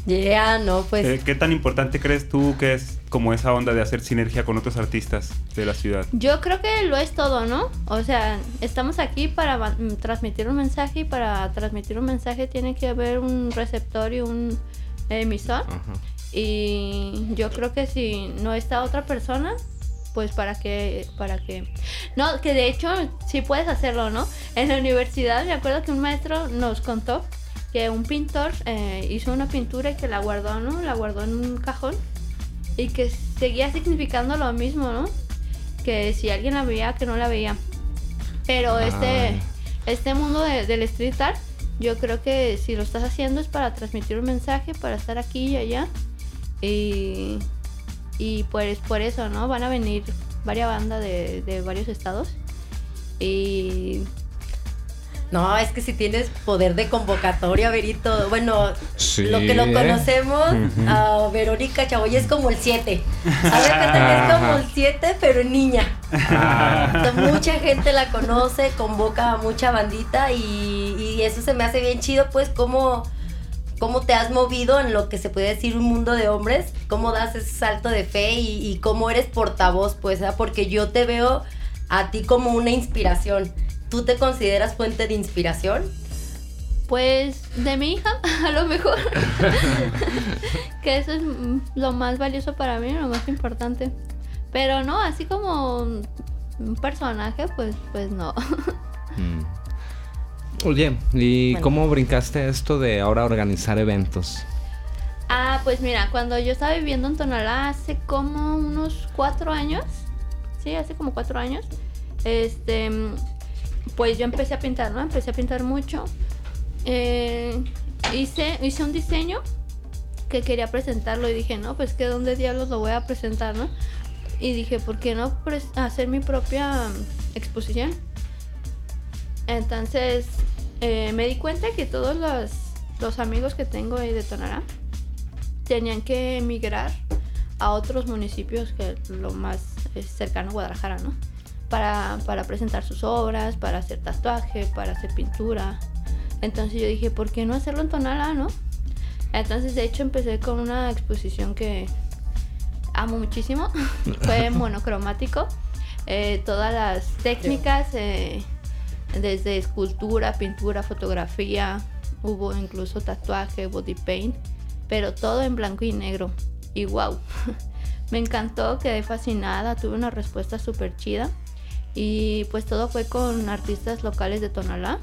Yeah, no, pues... Eh, ¿Qué tan importante crees tú que es como esa onda de hacer sinergia con otros artistas de la ciudad? Yo creo que lo es todo, ¿no? O sea, estamos aquí para va- transmitir un mensaje y para transmitir un mensaje tiene que haber un receptor y un emisor. Ajá. Y yo creo que si no está otra persona, pues para qué, para qué. No, que de hecho sí puedes hacerlo, ¿no? En la universidad me acuerdo que un maestro nos contó que un pintor eh, hizo una pintura y que la guardó, ¿no? La guardó en un cajón y que seguía significando lo mismo, ¿no? Que si alguien la veía, que no la veía. Pero este, Ay. este mundo de- del street art, yo creo que si lo estás haciendo es para transmitir un mensaje, para estar aquí y allá. Y, y pues por eso, ¿no? Van a venir varias bandas de, de varios estados. Y No, es que si tienes poder de convocatoria, Verito. Bueno, Sí, lo que lo ¿eh? conocemos, Ujú. a Verónica Chaboy es como el siete. Sabes que también es como el siete, pero en niña. O sea, mucha gente la conoce, convoca a mucha bandita y, y eso se me hace bien chido, pues, cómo, cómo te has movido en lo que se puede decir un mundo de hombres, cómo das ese salto de fe y, y cómo eres portavoz, pues, ¿eh? Porque yo te veo a ti como una inspiración. ¿Tú te consideras fuente de inspiración? pues de mi hija, a lo mejor. Que eso es mm, lo más valioso para mí, lo más importante. Pero no, así como un un personaje, pues, pues no. Mm. Oye, ¿y Bueno. cómo brincaste esto de ahora organizar eventos? Ah, pues mira, cuando yo estaba viviendo en Tonalá hace como unos cuatro años, sí, hace como cuatro años, este, pues yo empecé a pintar, ¿no? Empecé a pintar mucho. Eh, hice, hice un diseño que quería presentarlo y dije, no, pues que dónde diablos lo voy a presentar, ¿no? Y dije, ¿por qué no pres- hacer mi propia mm, exposición? Entonces eh, me di cuenta que todos los, los amigos que tengo ahí de Tonalá tenían que emigrar a otros municipios que lo más es cercano a Guadalajara, ¿no? Para, para presentar sus obras, para hacer tatuaje, para hacer pintura. Entonces yo dije, ¿por qué no hacerlo en Tonalá, no? Entonces de hecho empecé con una exposición que amo muchísimo. Fue monocromático. Eh, todas las técnicas, eh, desde escultura, pintura, fotografía, hubo incluso tatuaje, body paint, pero todo en blanco y negro. Y wow, me encantó, quedé fascinada, tuve una respuesta súper chida. Y pues todo fue con artistas locales de Tonalá.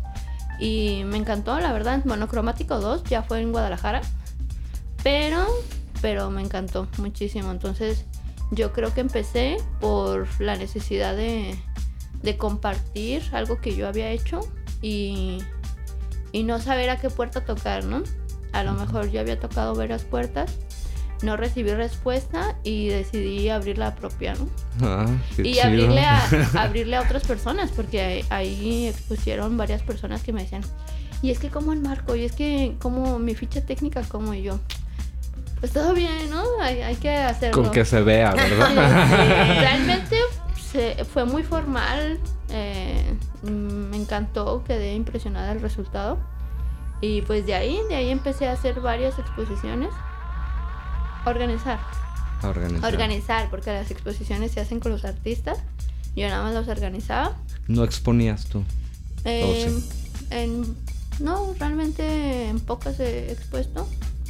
Y me encantó, la verdad. Monocromático dos ya fue en Guadalajara. Pero, pero me encantó muchísimo. Entonces yo creo que empecé por la necesidad de, de compartir algo que yo había hecho y, y no saber a qué puerta tocar, ¿no? A lo mejor yo había tocado varias puertas, no recibí respuesta y decidí abrir la propia, ¿no? Ah, qué Y chido. abrirle a, abrirle a otras personas, porque ahí, ahí expusieron varias personas que me decían, y es que como el marco, y es que como mi ficha técnica, como y yo. Pues todo bien, ¿no? Hay, hay que hacerlo. Con que se vea, Sí, ¿verdad? sí. Realmente se, fue muy formal, eh, me encantó, quedé impresionada del resultado. Y pues de ahí, de ahí empecé a hacer varias exposiciones. Organizar. Organizar. Organizar, porque las exposiciones se hacen con los artistas. Yo nada más los organizaba. No exponías tú. Eh, Oh, sí. en, no, realmente en pocas he expuesto.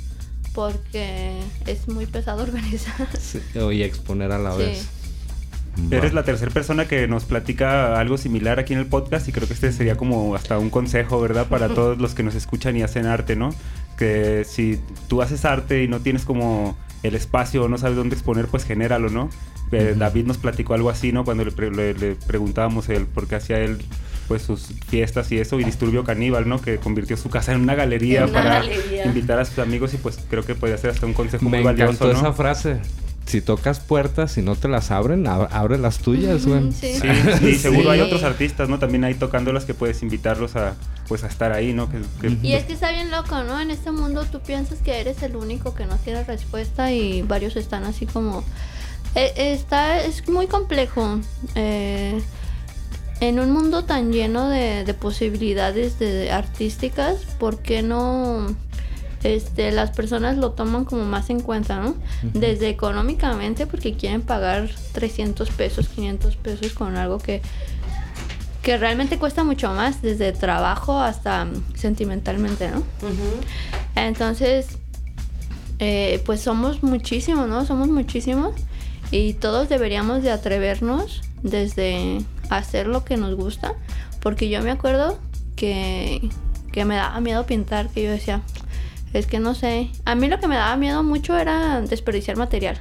Porque es muy pesado organizar. Sí, oye, exponer a la Sí. vez. Eres Va. la tercera persona que nos platica algo similar aquí en el podcast y creo que este sería como hasta un consejo, ¿verdad? Para todos los que nos escuchan y hacen arte, ¿no? Que si tú haces arte y no tienes como el espacio o no sabes dónde exponer, pues genéralo, ¿no? Eh, Ujú. David nos platicó algo así, ¿no? Cuando le, pre- le- le preguntábamos el por qué hacía él pues sus fiestas y eso, y Disturbio Caníbal, ¿no? Que convirtió su casa en una galería En una para galería. invitar a sus amigos y pues creo que puede ser hasta un consejo Me muy valioso, encantó ¿no? esa frase. Si tocas puertas y no te las abren, ab- abre las tuyas, güey. Ujú, sí. Sí, sí, seguro hay Sí. otros artistas, ¿no? También ahí tocándolas que puedes invitarlos a, pues, a estar ahí, ¿no? Que, que- Y es que está bien loco, ¿no? En este mundo tú piensas que eres el único que no tiene respuesta y varios están así como... Eh, está, es muy complejo. Eh, en un mundo tan lleno de, de posibilidades de, artísticas, ¿por qué no este, las personas lo toman como más en cuenta, ¿no? Uh-huh. Desde económicamente, porque quieren pagar trescientos pesos, quinientos pesos con algo que, que realmente cuesta mucho más, desde trabajo hasta um, sentimentalmente, ¿no? Uh-huh. Entonces, eh, pues somos muchísimos, ¿no? Somos muchísimos y todos deberíamos de atrevernos desde hacer lo que nos gusta, porque yo me acuerdo que, que me daba miedo pintar, que yo decía... Es que no sé, a mí lo que me daba miedo mucho era desperdiciar material.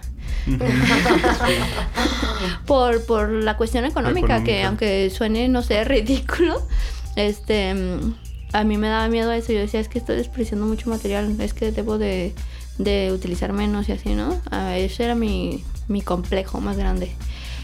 por, por la cuestión económica, económica, que aunque suene, no sé, ridículo, este, a mí me daba miedo eso. Yo decía, es que estoy desperdiciando mucho material, es que debo de, de utilizar menos y así, ¿no? Uh, ese era mi, mi complejo más grande.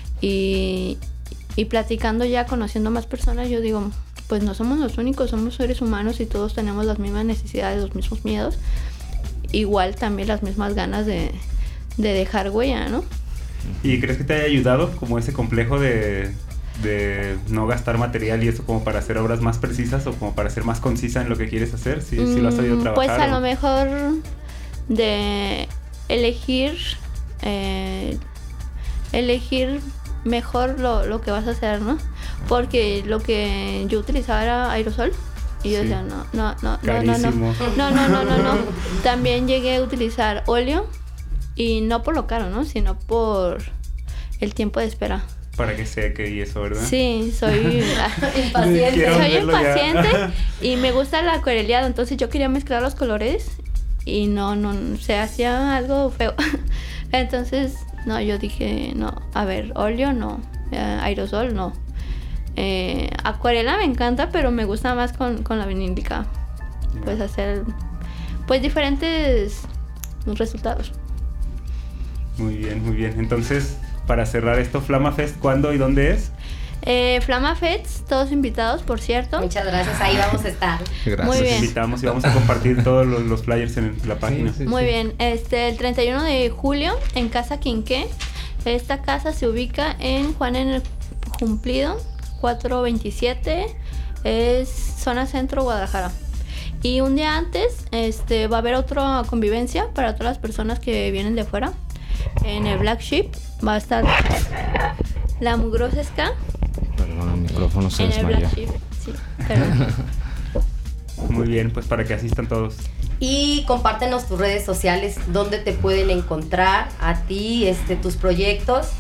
Y, y platicando ya, conociendo más personas, yo digo... pues no somos los únicos, somos seres humanos y todos tenemos las mismas necesidades, los mismos miedos, igual también las mismas ganas de, de dejar huella, ¿no? ¿Y crees que te haya ayudado como ese complejo de, de no gastar material y eso como para hacer obras más precisas o como para ser más concisa en lo que quieres hacer? ¿Sí, mm, sí lo has sabido trabajar? Pues a o... lo mejor de elegir, eh, elegir mejor lo, lo que vas a hacer, ¿no? Porque lo que yo utilizaba era aerosol y yo sí. decía, no, no, no, no, no, no, no, no, no, no, no. También llegué a utilizar óleo y no por lo caro, ¿no? Sino por el tiempo de espera. Para que seque y eso, ¿verdad? Sí, soy impaciente. Soy impaciente y me gusta el acuareleado, entonces yo quería mezclar los colores y no, no, se hacía algo feo. Entonces, no, yo dije, no, a ver, óleo no, eh, aerosol no. Eh, acuarela me encanta, pero me gusta más con, con la vinílica. Yeah. Pues hacer, pues diferentes resultados. Muy bien, muy bien. Entonces, para cerrar esto, Flama Fest, ¿cuándo y dónde es? Eh, Flama Fest, todos invitados, por cierto. Muchas gracias, ahí vamos a estar. Gracias. Muy bien. Los invitamos y vamos a compartir todos los, los flyers en la página. Sí, sí, Muy sí. bien, este, el treinta y uno de julio en Casa Quinqué. Esta casa se ubica en Juan en el Cumplido, cuatrocientos veintisiete, es zona centro, Guadalajara. Y un día antes este, va a haber otra convivencia para todas las personas que vienen de fuera. En el Black Sheep va a estar la mugrosa ska. Perdón, el micrófono se en desmayó. El Black Sheep, sí, perdón. Muy bien, pues para que asistan todos. Y compártenos tus redes sociales, dónde te pueden encontrar a ti, este, tus proyectos.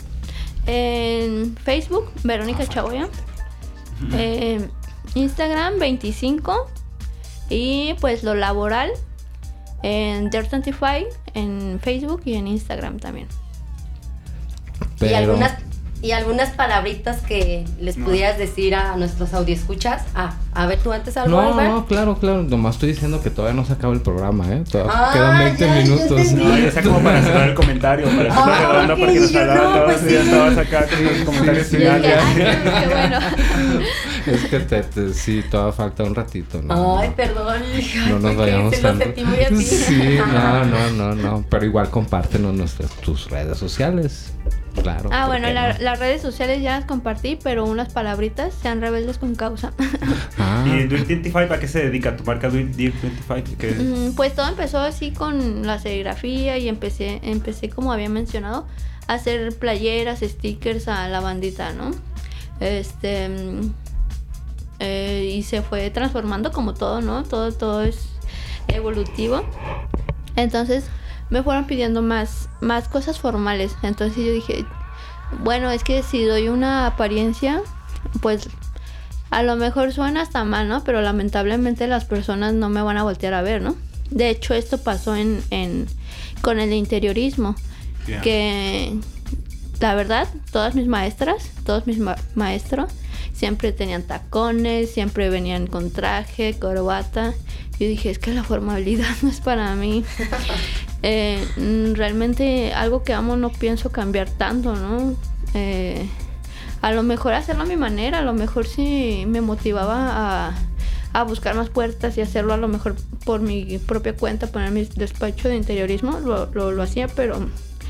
En Facebook, Verónica Chagoya. Eh, Instagram, veinticinco. Y pues lo laboral en Dirt veinticinco, en Facebook y en Instagram también. Pero... Y algunas y algunas palabritas que les no. pudieras decir a nuestros audioscuchas. Ah, a ver, tú antes algo, No, Albert? no, claro, claro. Nomás estoy diciendo que todavía no se acaba el programa, ¿eh? Todavía Ah, quedan veinte ya, minutos. ya No, ya sea como para cerrar el comentario, para cerrar Ah, redonda, ok, porque nos yo hablaban no, todos pues y sí. ya estabas acá con los comentarios Sí, finales. Ay, qué, qué bueno. Es que te, te, sí, todavía falta un ratito, ¿no? Ay, perdón. No nos vayamos se tan... lo sentí muy así. Sí, no, no, no, no. Pero igual compártenos nuestras, tus redes sociales. Claro. Ah, bueno, la, no? las redes sociales ya las compartí, pero unas palabritas, sean rebeldes con causa. Ah. ¿Y Dirt veinticinco a qué se dedica? ¿Tu marca Dirt veinticinco? ¿Qué es? Mm, Pues todo empezó así con la serigrafía y empecé, empecé como había mencionado, a hacer playeras, stickers a la bandita, ¿no? Este mm, eh, y se fue transformando como todo, ¿no? Todo, todo es evolutivo. Entonces me fueron pidiendo más, más cosas formales. Entonces yo dije, bueno, es que si doy una apariencia, pues a lo mejor suena hasta mal, ¿no? Pero lamentablemente las personas no me van a voltear a ver, ¿no? De hecho, esto pasó en, en con el interiorismo. Yeah. Que la verdad, todas mis maestras, todos mis ma- maestros, siempre tenían tacones, siempre venían con traje, corbata. Yo dije, es que la formalidad no es para mí. Eh, realmente algo que amo no pienso cambiar tanto, ¿no? Eh, a lo mejor hacerlo a mi manera, a lo mejor sí me motivaba a, a buscar más puertas y hacerlo a lo mejor por mi propia cuenta, poner mi despacho de interiorismo, lo, lo, lo hacía, pero...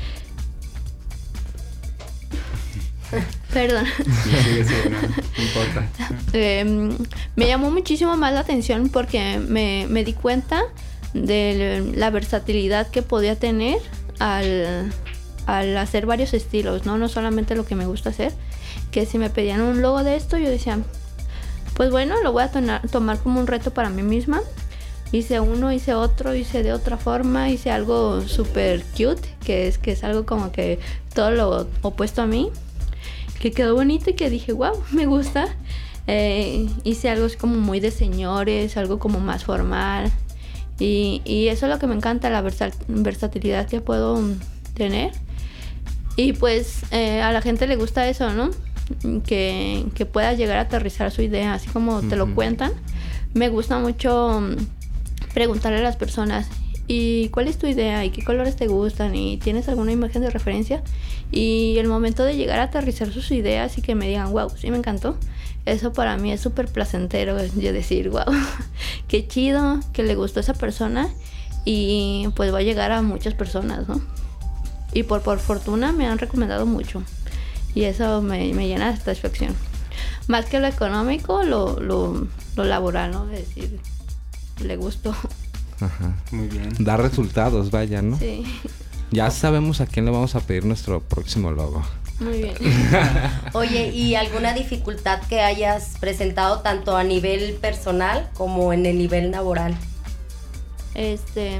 Perdón. Sí, sí, sí, no, no importa. Eh, me llamó muchísimo más la atención porque me, me di cuenta de la versatilidad que podía tener al, al hacer varios estilos, ¿no? No solamente lo que me gusta hacer, que si me pedían un logo de esto, yo decía, pues bueno, lo voy a tonar, tomar como un reto para mí misma. Hice uno, hice otro, hice de otra forma, hice algo súper cute, que es, que es algo como que todo lo opuesto a mí, que quedó bonito y que dije, wow, me gusta. Eh, hice algo así como muy de señores, algo como más formal. Y, y eso es lo que me encanta, la versa- versatilidad que puedo tener. Y pues eh, a la gente le gusta eso, ¿no? Que, que pueda llegar a aterrizar su idea, así como te lo cuentan. Me gusta mucho preguntarle a las personas, ¿y cuál es tu idea? ¿Y qué colores te gustan? ¿Y tienes alguna imagen de referencia? Y el momento de llegar a aterrizar sus ideas y que me digan, wow, sí me encantó. Eso para mí es súper placentero, yo decir, wow, qué chido, que le gustó a esa persona y pues va a llegar a muchas personas, ¿no? Y por, por fortuna me han recomendado mucho y eso me, me llena de satisfacción. Más que lo económico, lo, lo, lo laboral, ¿no? Es decir, le gustó. Ajá. Muy bien. Da resultados, vaya, ¿no? Sí, Ya sabemos a quién le vamos a pedir nuestro próximo logo. muy bien. Oye, ¿y alguna dificultad que hayas presentado tanto a nivel personal como en el nivel laboral? Este,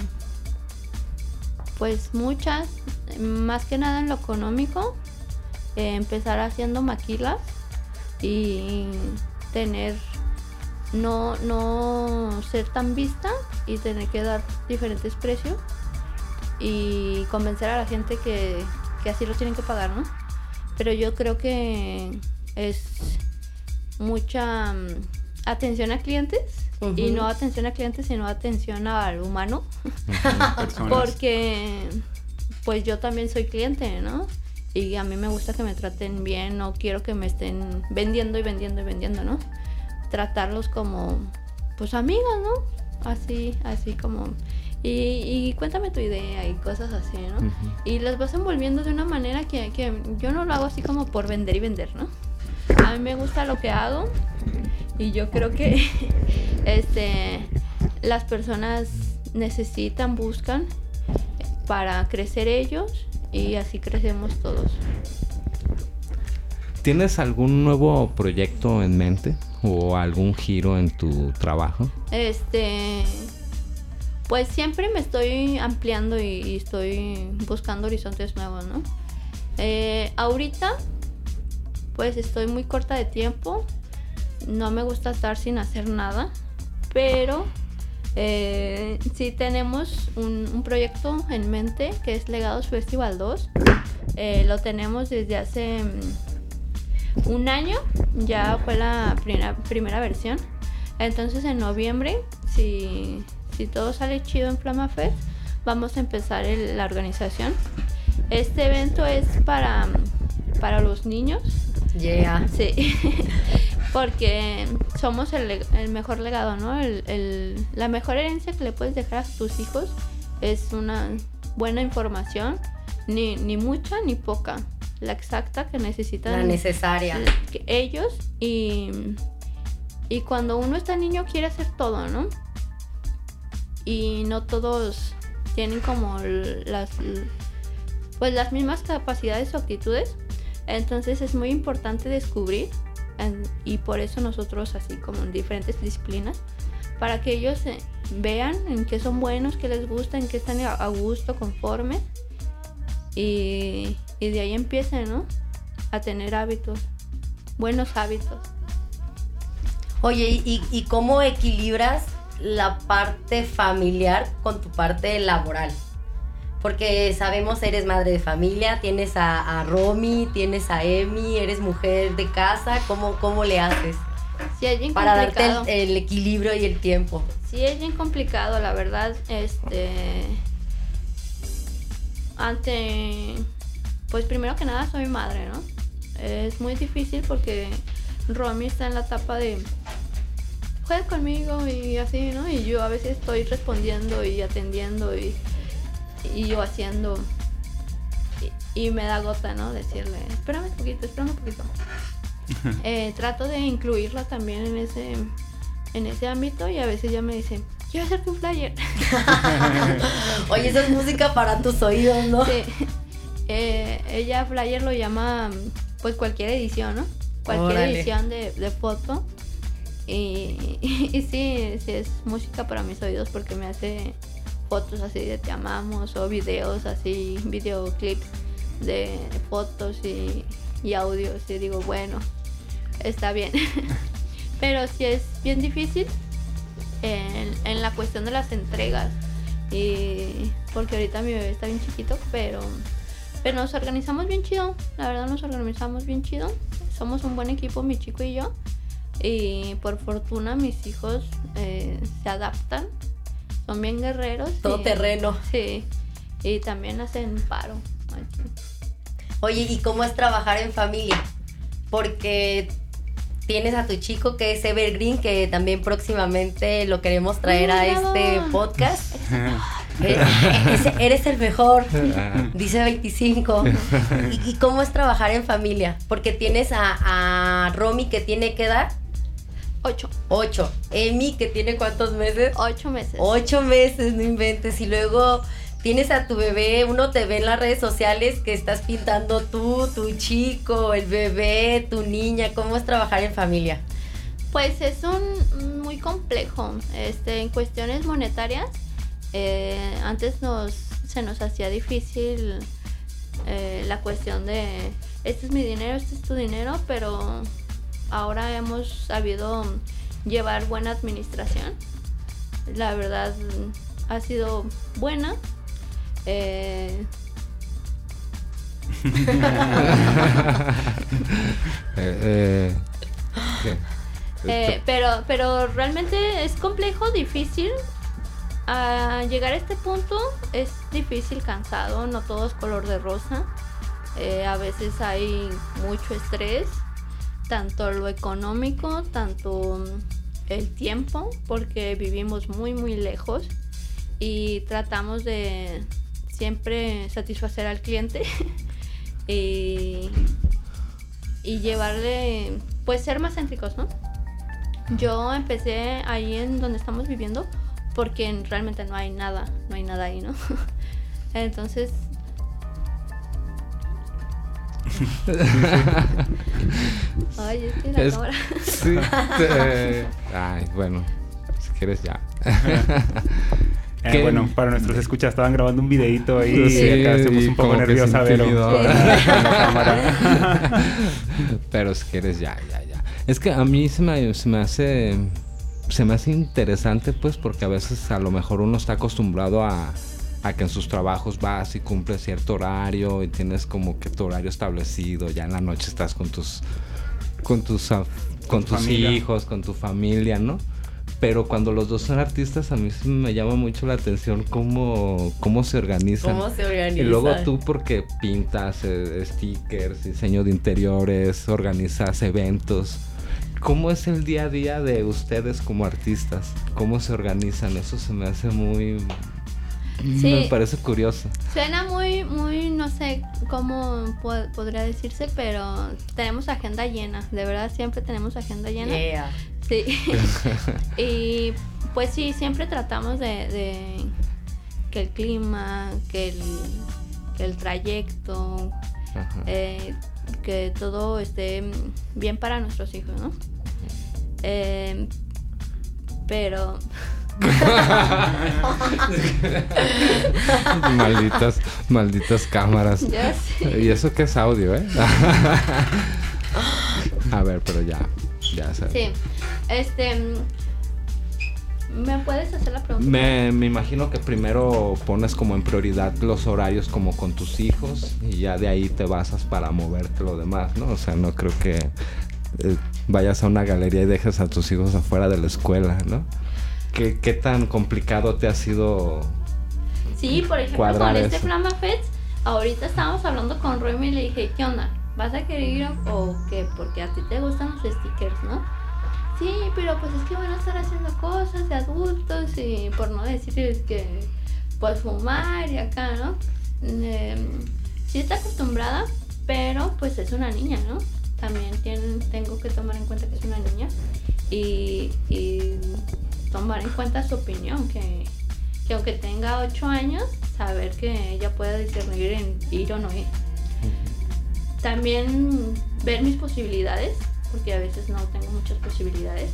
pues muchas, más que nada en lo económico, eh, empezar haciendo maquilas y tener, no, no ser tan vista y tener que dar diferentes precios y convencer a la gente que, que así lo tienen que pagar, ¿no? Pero yo creo que es mucha um, atención a clientes. Uh-huh. Y no atención a clientes, sino atención al humano. Uh-huh. Porque pues yo también soy cliente, ¿no? Y a mí me gusta que me traten bien, no quiero que me estén vendiendo y vendiendo y vendiendo, ¿no? Tratarlos como, pues, amigas, ¿no? Así, así como, y, y cuéntame tu idea y cosas así, ¿no? Uh-huh. Y las vas envolviendo de una manera que, que yo no lo hago así como por vender y vender, ¿no? A mí me gusta lo que hago y yo creo que este, las personas necesitan, buscan para crecer ellos y así crecemos todos. ¿Tienes algún nuevo proyecto en mente o algún giro en tu trabajo? Este, pues siempre me estoy ampliando y, y estoy buscando horizontes nuevos, ¿no? Eh, ahorita, pues estoy muy corta de tiempo, no me gusta estar sin hacer nada, pero eh, sí tenemos un, un proyecto en mente que es Legados Festival dos. Eh, lo tenemos desde hace un año, ya fue la primera, primera versión. Entonces en noviembre, si, si todo sale chido en Flama Fest, vamos a empezar el, la organización. Este evento es para, para los niños. Yeah. Sí, porque somos el, el mejor legado, ¿no? El, el, la mejor herencia que le puedes dejar a tus hijos es una buena información, ni, ni mucha ni poca, la exacta que necesitan. La necesaria. Ellos y, y cuando uno está niño quiere hacer todo, ¿no? Y no todos tienen como las, pues las mismas capacidades o actitudes. Entonces es muy importante descubrir en, y por eso nosotros así como en diferentes disciplinas para que ellos eh, vean en qué son buenos, qué les gusta, en qué están a, a gusto, conformes y, y de ahí empiecen, ¿no? A tener hábitos, buenos hábitos. Oye, ¿y, y cómo equilibras la parte familiar con tu parte laboral? Porque sabemos, eres madre de familia, tienes a, a Romy, tienes a Emi, eres mujer de casa. ¿Cómo, cómo le haces sí, es bien para complicado. darte el, el equilibrio y el tiempo? Sí, es bien complicado, la verdad. Este, ante, pues primero que nada soy madre, ¿no? Es muy difícil porque Romy está en la etapa de juega conmigo y así, ¿no? Y yo a veces estoy respondiendo y atendiendo y y yo haciendo y, y me da gota, ¿no? Decirle, espérame un poquito, espérame un poquito. eh, trato de incluirla también en ese en ese ámbito y a veces ya me dice, quiero hacerte un flyer. Oye, esa es música para tus oídos, ¿no? Sí. Eh, ella flyer lo llama pues cualquier edición, ¿no? Cualquier Órale. edición de, de foto. Y, y, y sí, sí es música para mis oídos porque me hace fotos así de te amamos o videos así, videoclips de fotos y, y audios y digo, bueno, está bien. Pero sí es bien difícil en, en la cuestión de las entregas y porque ahorita mi bebé está bien chiquito, pero, pero nos organizamos bien chido, la verdad nos organizamos bien chido, somos un buen equipo mi chico y yo y por fortuna mis hijos eh, se adaptan, son bien guerreros. Todo y, terreno. Sí, y también hacen paro. Oye, ¿y cómo es trabajar en familia? Porque tienes a tu chico que es Evergreen, que también próximamente lo queremos traer a este podcast. Eh, ese- eres el mejor, dice veinticinco. ¿Y, y cómo es trabajar en familia? Porque tienes a, a Romy que tiene ¿qué edad? Ocho. Ocho. Emi que tiene ¿cuántos meses? Ocho meses. Ocho meses, no inventes. Y luego tienes a tu bebé, uno te ve en las redes sociales que estás pintando tú, tu chico, el bebé, tu niña. ¿Cómo es trabajar en familia? Pues es un muy complejo. Este, en cuestiones monetarias, eh, antes nos se nos hacía difícil eh, la cuestión de este es mi dinero, este es tu dinero, pero ahora hemos sabido llevar buena administración. La verdad ha sido buena. Eh, Eh, eh, ¿qué? Eh, pero, pero realmente es complejo, difícil. A llegar a este punto es difícil, cansado, no todo es color de rosa. Eh, a veces hay mucho estrés, tanto lo económico, tanto el tiempo, porque vivimos muy muy lejos y tratamos de siempre satisfacer al cliente y, y llevarle, pues ser más céntricos, ¿no? Yo empecé ahí en donde estamos viviendo porque realmente no hay nada, no hay nada ahí, ¿no? Entonces... Ay, es que la Es- cámara... Sí, te- ay, bueno, si quieres ya. Eh, ¿Qué? bueno, para nuestros escuchas estaban grabando un videito ahí Sí, y acá estamos y un poco como que se nerviosa, Vero. intimidó. Con la cámara. Pero si quieres ya, ya, ya. Es que a mí se me, se me hace se me hace interesante, pues, porque a veces a lo mejor uno está acostumbrado a, a que en sus trabajos vas y cumples cierto horario y tienes como que tu horario establecido, ya en la noche estás con tus con tus ah, con, Con tu tus familia. hijos, con tu familia, ¿no? Pero cuando los dos son artistas, a mí sí me llama mucho la atención cómo, cómo se organizan. ¿Cómo se organiza? Y luego tú porque pintas eh, stickers, diseño de interiores, organizas eventos. ¿Cómo es el día a día de ustedes como artistas? ¿Cómo se organizan? Eso se me hace muy... Sí. Me parece curioso. Suena muy, muy, no sé cómo po- podría decirse, pero tenemos agenda llena, de verdad siempre tenemos agenda llena. Yeah. Sí. Y pues sí, siempre tratamos de, de que el clima, que el, que el trayecto, Ajá. eh, que todo esté bien para nuestros hijos, ¿no? Eh, pero... malditas, malditas cámaras. Ya sé. Y eso que es audio, ¿eh? A ver, pero ya, ya sé. Sí, este... ¿Me puedes hacer la pregunta? Me, me imagino que primero pones como en prioridad los horarios como con tus hijos y ya de ahí te basas para moverte lo demás, ¿no? O sea, no creo que eh, vayas a una galería y dejes a tus hijos afuera de la escuela, ¿no? ¿Qué, qué tan complicado te ha sido? Sí, por ejemplo, cuadrar con este eso? Flama Fest, ahorita estábamos hablando con Remy y le dije, ¿qué onda? ¿Vas a querer ir o, o qué? Porque a ti te gustan los stickers, ¿no? Sí, pero pues es que van a estar haciendo cosas de adultos y por no decirles que pues fumar y acá, ¿no? Eh, sí está acostumbrada, pero pues es una niña, ¿no? También tienen, tengo que tomar en cuenta que es una niña y, y tomar en cuenta su opinión, que, que aunque tenga ocho años, saber que ella puede discernir en ir o no ir. También ver mis posibilidades, porque a veces no tengo muchas posibilidades,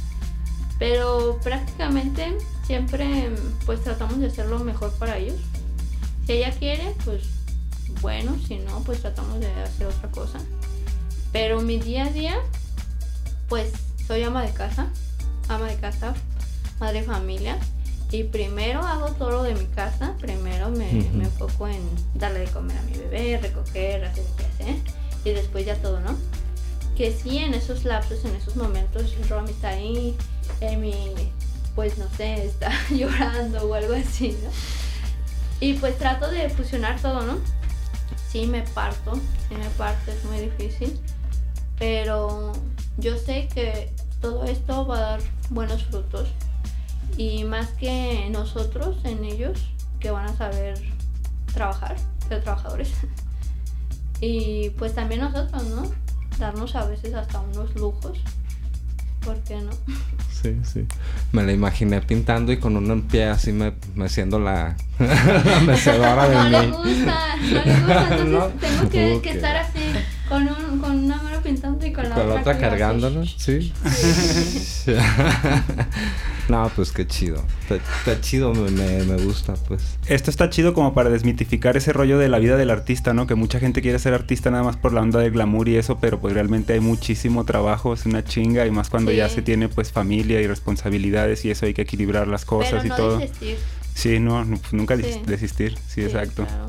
pero prácticamente siempre pues tratamos de hacer lo mejor para ellos. Si ella quiere, pues bueno, si no, pues tratamos de hacer otra cosa. Pero mi día a día, pues soy ama de casa, ama de casa, madre de familia, y primero hago todo lo de mi casa, primero me, uh-huh. me enfoco en darle de comer a mi bebé, recoger, hacer qué hacer, y después ya todo, ¿no? Que sí, en esos lapsos, en esos momentos, Romy está ahí, Emi, pues no sé, está llorando o algo así, ¿no? Y pues trato de fusionar todo, ¿no? Sí me parto, sí me parto, es muy difícil, pero yo sé que todo esto va a dar buenos frutos, y más que nosotros en ellos, que van a saber trabajar, ser trabajadores, y pues también nosotros, ¿no? Darnos a veces hasta unos lujos, ¿por qué no? Sí, sí. Me la imaginé pintando y con un pie así me, me siendo la, la mecedora de no mí. Le gusta, no le gusta, entonces no. tengo que, okay. que estar así, con, un, con una mano pintando y con la con otra, la otra cargándolo, así. ¿sí? Sí. No, pues qué chido. Está, está chido, me, me, me gusta, pues. Esto está chido como para desmitificar ese rollo de la vida del artista, ¿no? Que mucha gente quiere ser artista nada más por la onda del glamour y eso, pero pues realmente hay muchísimo trabajo, es una chinga, y más cuando Sí. ya se tiene pues familia y responsabilidades y eso, hay que equilibrar las cosas Pero y no todo. desistir. Sí, no, no, pues nunca des- Sí. desistir, sí, Sí, exacto. claro.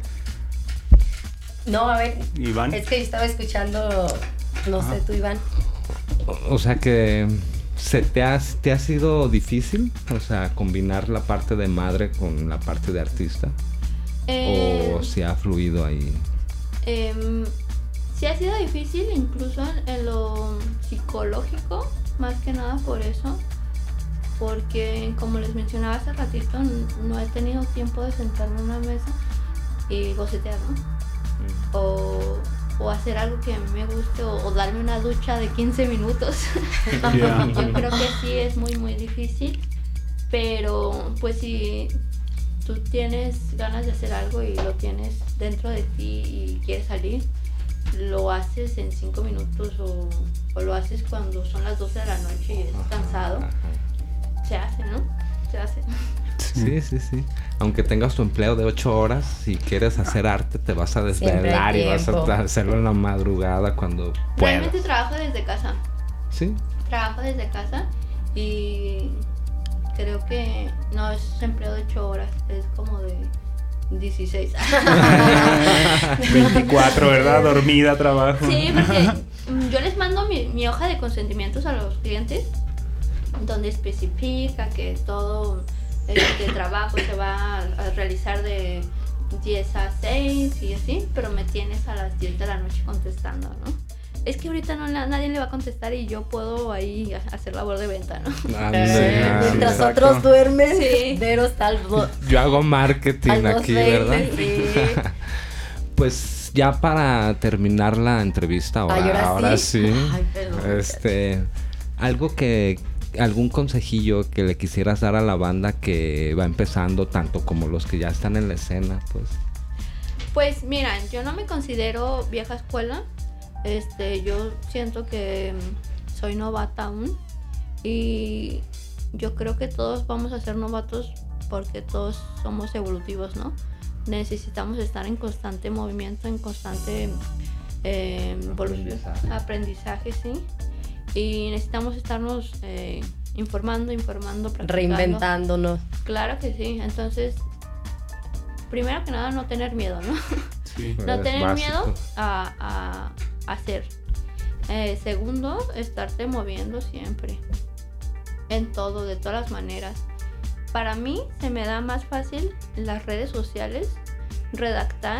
No, a ver, Iván. es que yo estaba escuchando, no Ajá. sé, tú, Iván. O, o sea que se te has te ha sido difícil, o sea, combinar la parte de madre con la parte de artista, Eh, o si ha fluido ahí. Eh, sí ha sido difícil, incluso en, en lo psicológico, más que nada por eso, porque como les mencionaba hace ratito, n- no he tenido tiempo de sentarme en una mesa y bocetear, ¿no? O, o hacer algo que a mí me guste, o, o darme una ducha de quince minutos. Yeah. Yo creo que sí es muy muy difícil, pero pues si tú tienes ganas de hacer algo y lo tienes dentro de ti y quieres salir, lo haces en cinco minutos o, o lo haces cuando son las doce de la noche y estás cansado. Ajá. Se hace, ¿no? Se hace. Sí, sí, sí. Aunque tengas tu empleo de ocho horas, si quieres hacer arte, te vas a desvelar hay y vas tiempo. a hacerlo en la madrugada cuando puedas. Realmente trabajo desde casa. Sí. Trabajo desde casa y creo que no es empleo de ocho horas, es como de dieciséis. veinticuatro, ¿verdad? Dormida, trabajo. Sí, porque mm, yo les mando mi, mi hoja de consentimientos a los clientes, donde especifica que todo este trabajo se va a, a realizar de diez a seis y así, pero me tienes a las diez de la noche contestando, ¿no? Es que ahorita no, na- nadie le va a contestar y yo puedo ahí a- hacer labor de venta, ¿no? Ándale, Eh, ah, mientras exacto. otros duermen, Sí. Vero está al, do- Yo hago marketing al aquí, dos veinte, ¿verdad? sí. Pues ya para terminar la entrevista, ahora, Ay, ahora ahora sí. sí. Ay, perdón. Este, algo que, algún consejillo que le quisieras dar a la banda que va empezando, tanto como los que ya están en la escena, pues. Pues mira, yo no me considero vieja escuela. Este, yo siento que mm, soy novata aún y yo creo que todos vamos a ser novatos porque todos somos evolutivos, ¿no? Necesitamos estar en constante movimiento, en constante eh, evolución, Aprendizaje. aprendizaje, sí. Y necesitamos estarnos eh, informando, informando, practicando. Reinventándonos. Claro que sí. Entonces, primero que nada, no tener miedo, ¿no? Sí. No Es tener básico. miedo a, a hacer. Eh, segundo, estarte moviendo siempre. En todo, de todas las maneras. Para mí se me da más fácil las redes sociales, redactar.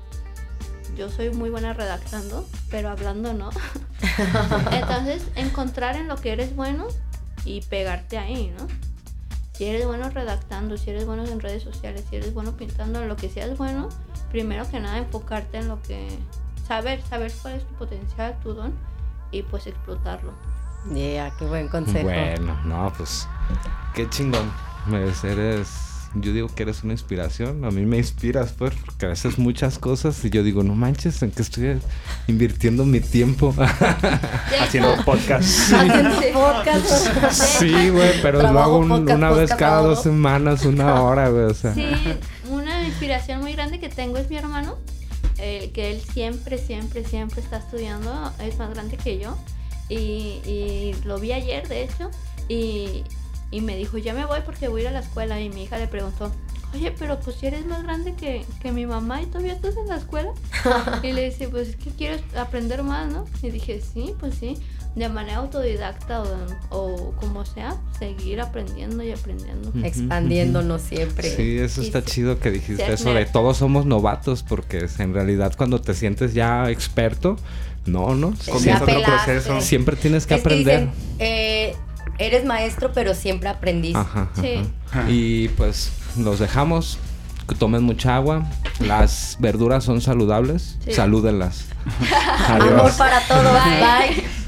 Yo soy muy buena redactando, pero hablando no. Entonces, encontrar en lo que eres bueno y pegarte ahí, ¿no? Si eres bueno redactando, si eres bueno en redes sociales, si eres bueno pintando, en lo que seas bueno, primero que nada enfocarte en lo que... Saber, saber cuál es tu potencial, tu don, y pues explotarlo. Yeah, qué buen consejo. Bueno, no, pues Qué chingón. Eres, yo digo que eres una inspiración. A mí me inspiras, pues, porque a veces muchas cosas y yo digo, no manches, ¿en qué estoy invirtiendo mi tiempo? Haciendo podcast. Sí. Haciendo podcast. Sí, güey, pero Trabajo lo hago un, podcast, una vez podcast cada todo. dos semanas, una hora, güey, o sea. Sí, una inspiración muy grande que tengo es mi hermano, eh, que él siempre, siempre, siempre está estudiando, es más grande que yo, y, y lo vi ayer, de hecho, y, y me dijo, ya me voy porque voy a ir a la escuela, y mi hija le preguntó, oye, pero pues si eres más grande que, que mi mamá y todavía estás en la escuela. Y le dice, pues es que quiero aprender más, ¿no? Y dije, sí, pues sí, de manera autodidacta o, o como sea, seguir aprendiendo y aprendiendo. Expandiéndonos siempre. Sí, eso Y está se- chido que dijiste ser eso de nerd. todos somos novatos, porque en realidad cuando te sientes ya experto, no, no. Ya Comienza otro pelaste. proceso. Siempre tienes que Es que aprender. dicen, eh, eres maestro, pero siempre aprendiz. Ajá, ajá. Sí. Y pues los dejamos, que tomen mucha agua. Las verduras son saludables, Sí. salúdenlas. Amor Adiós. para todos. Bye. Bye.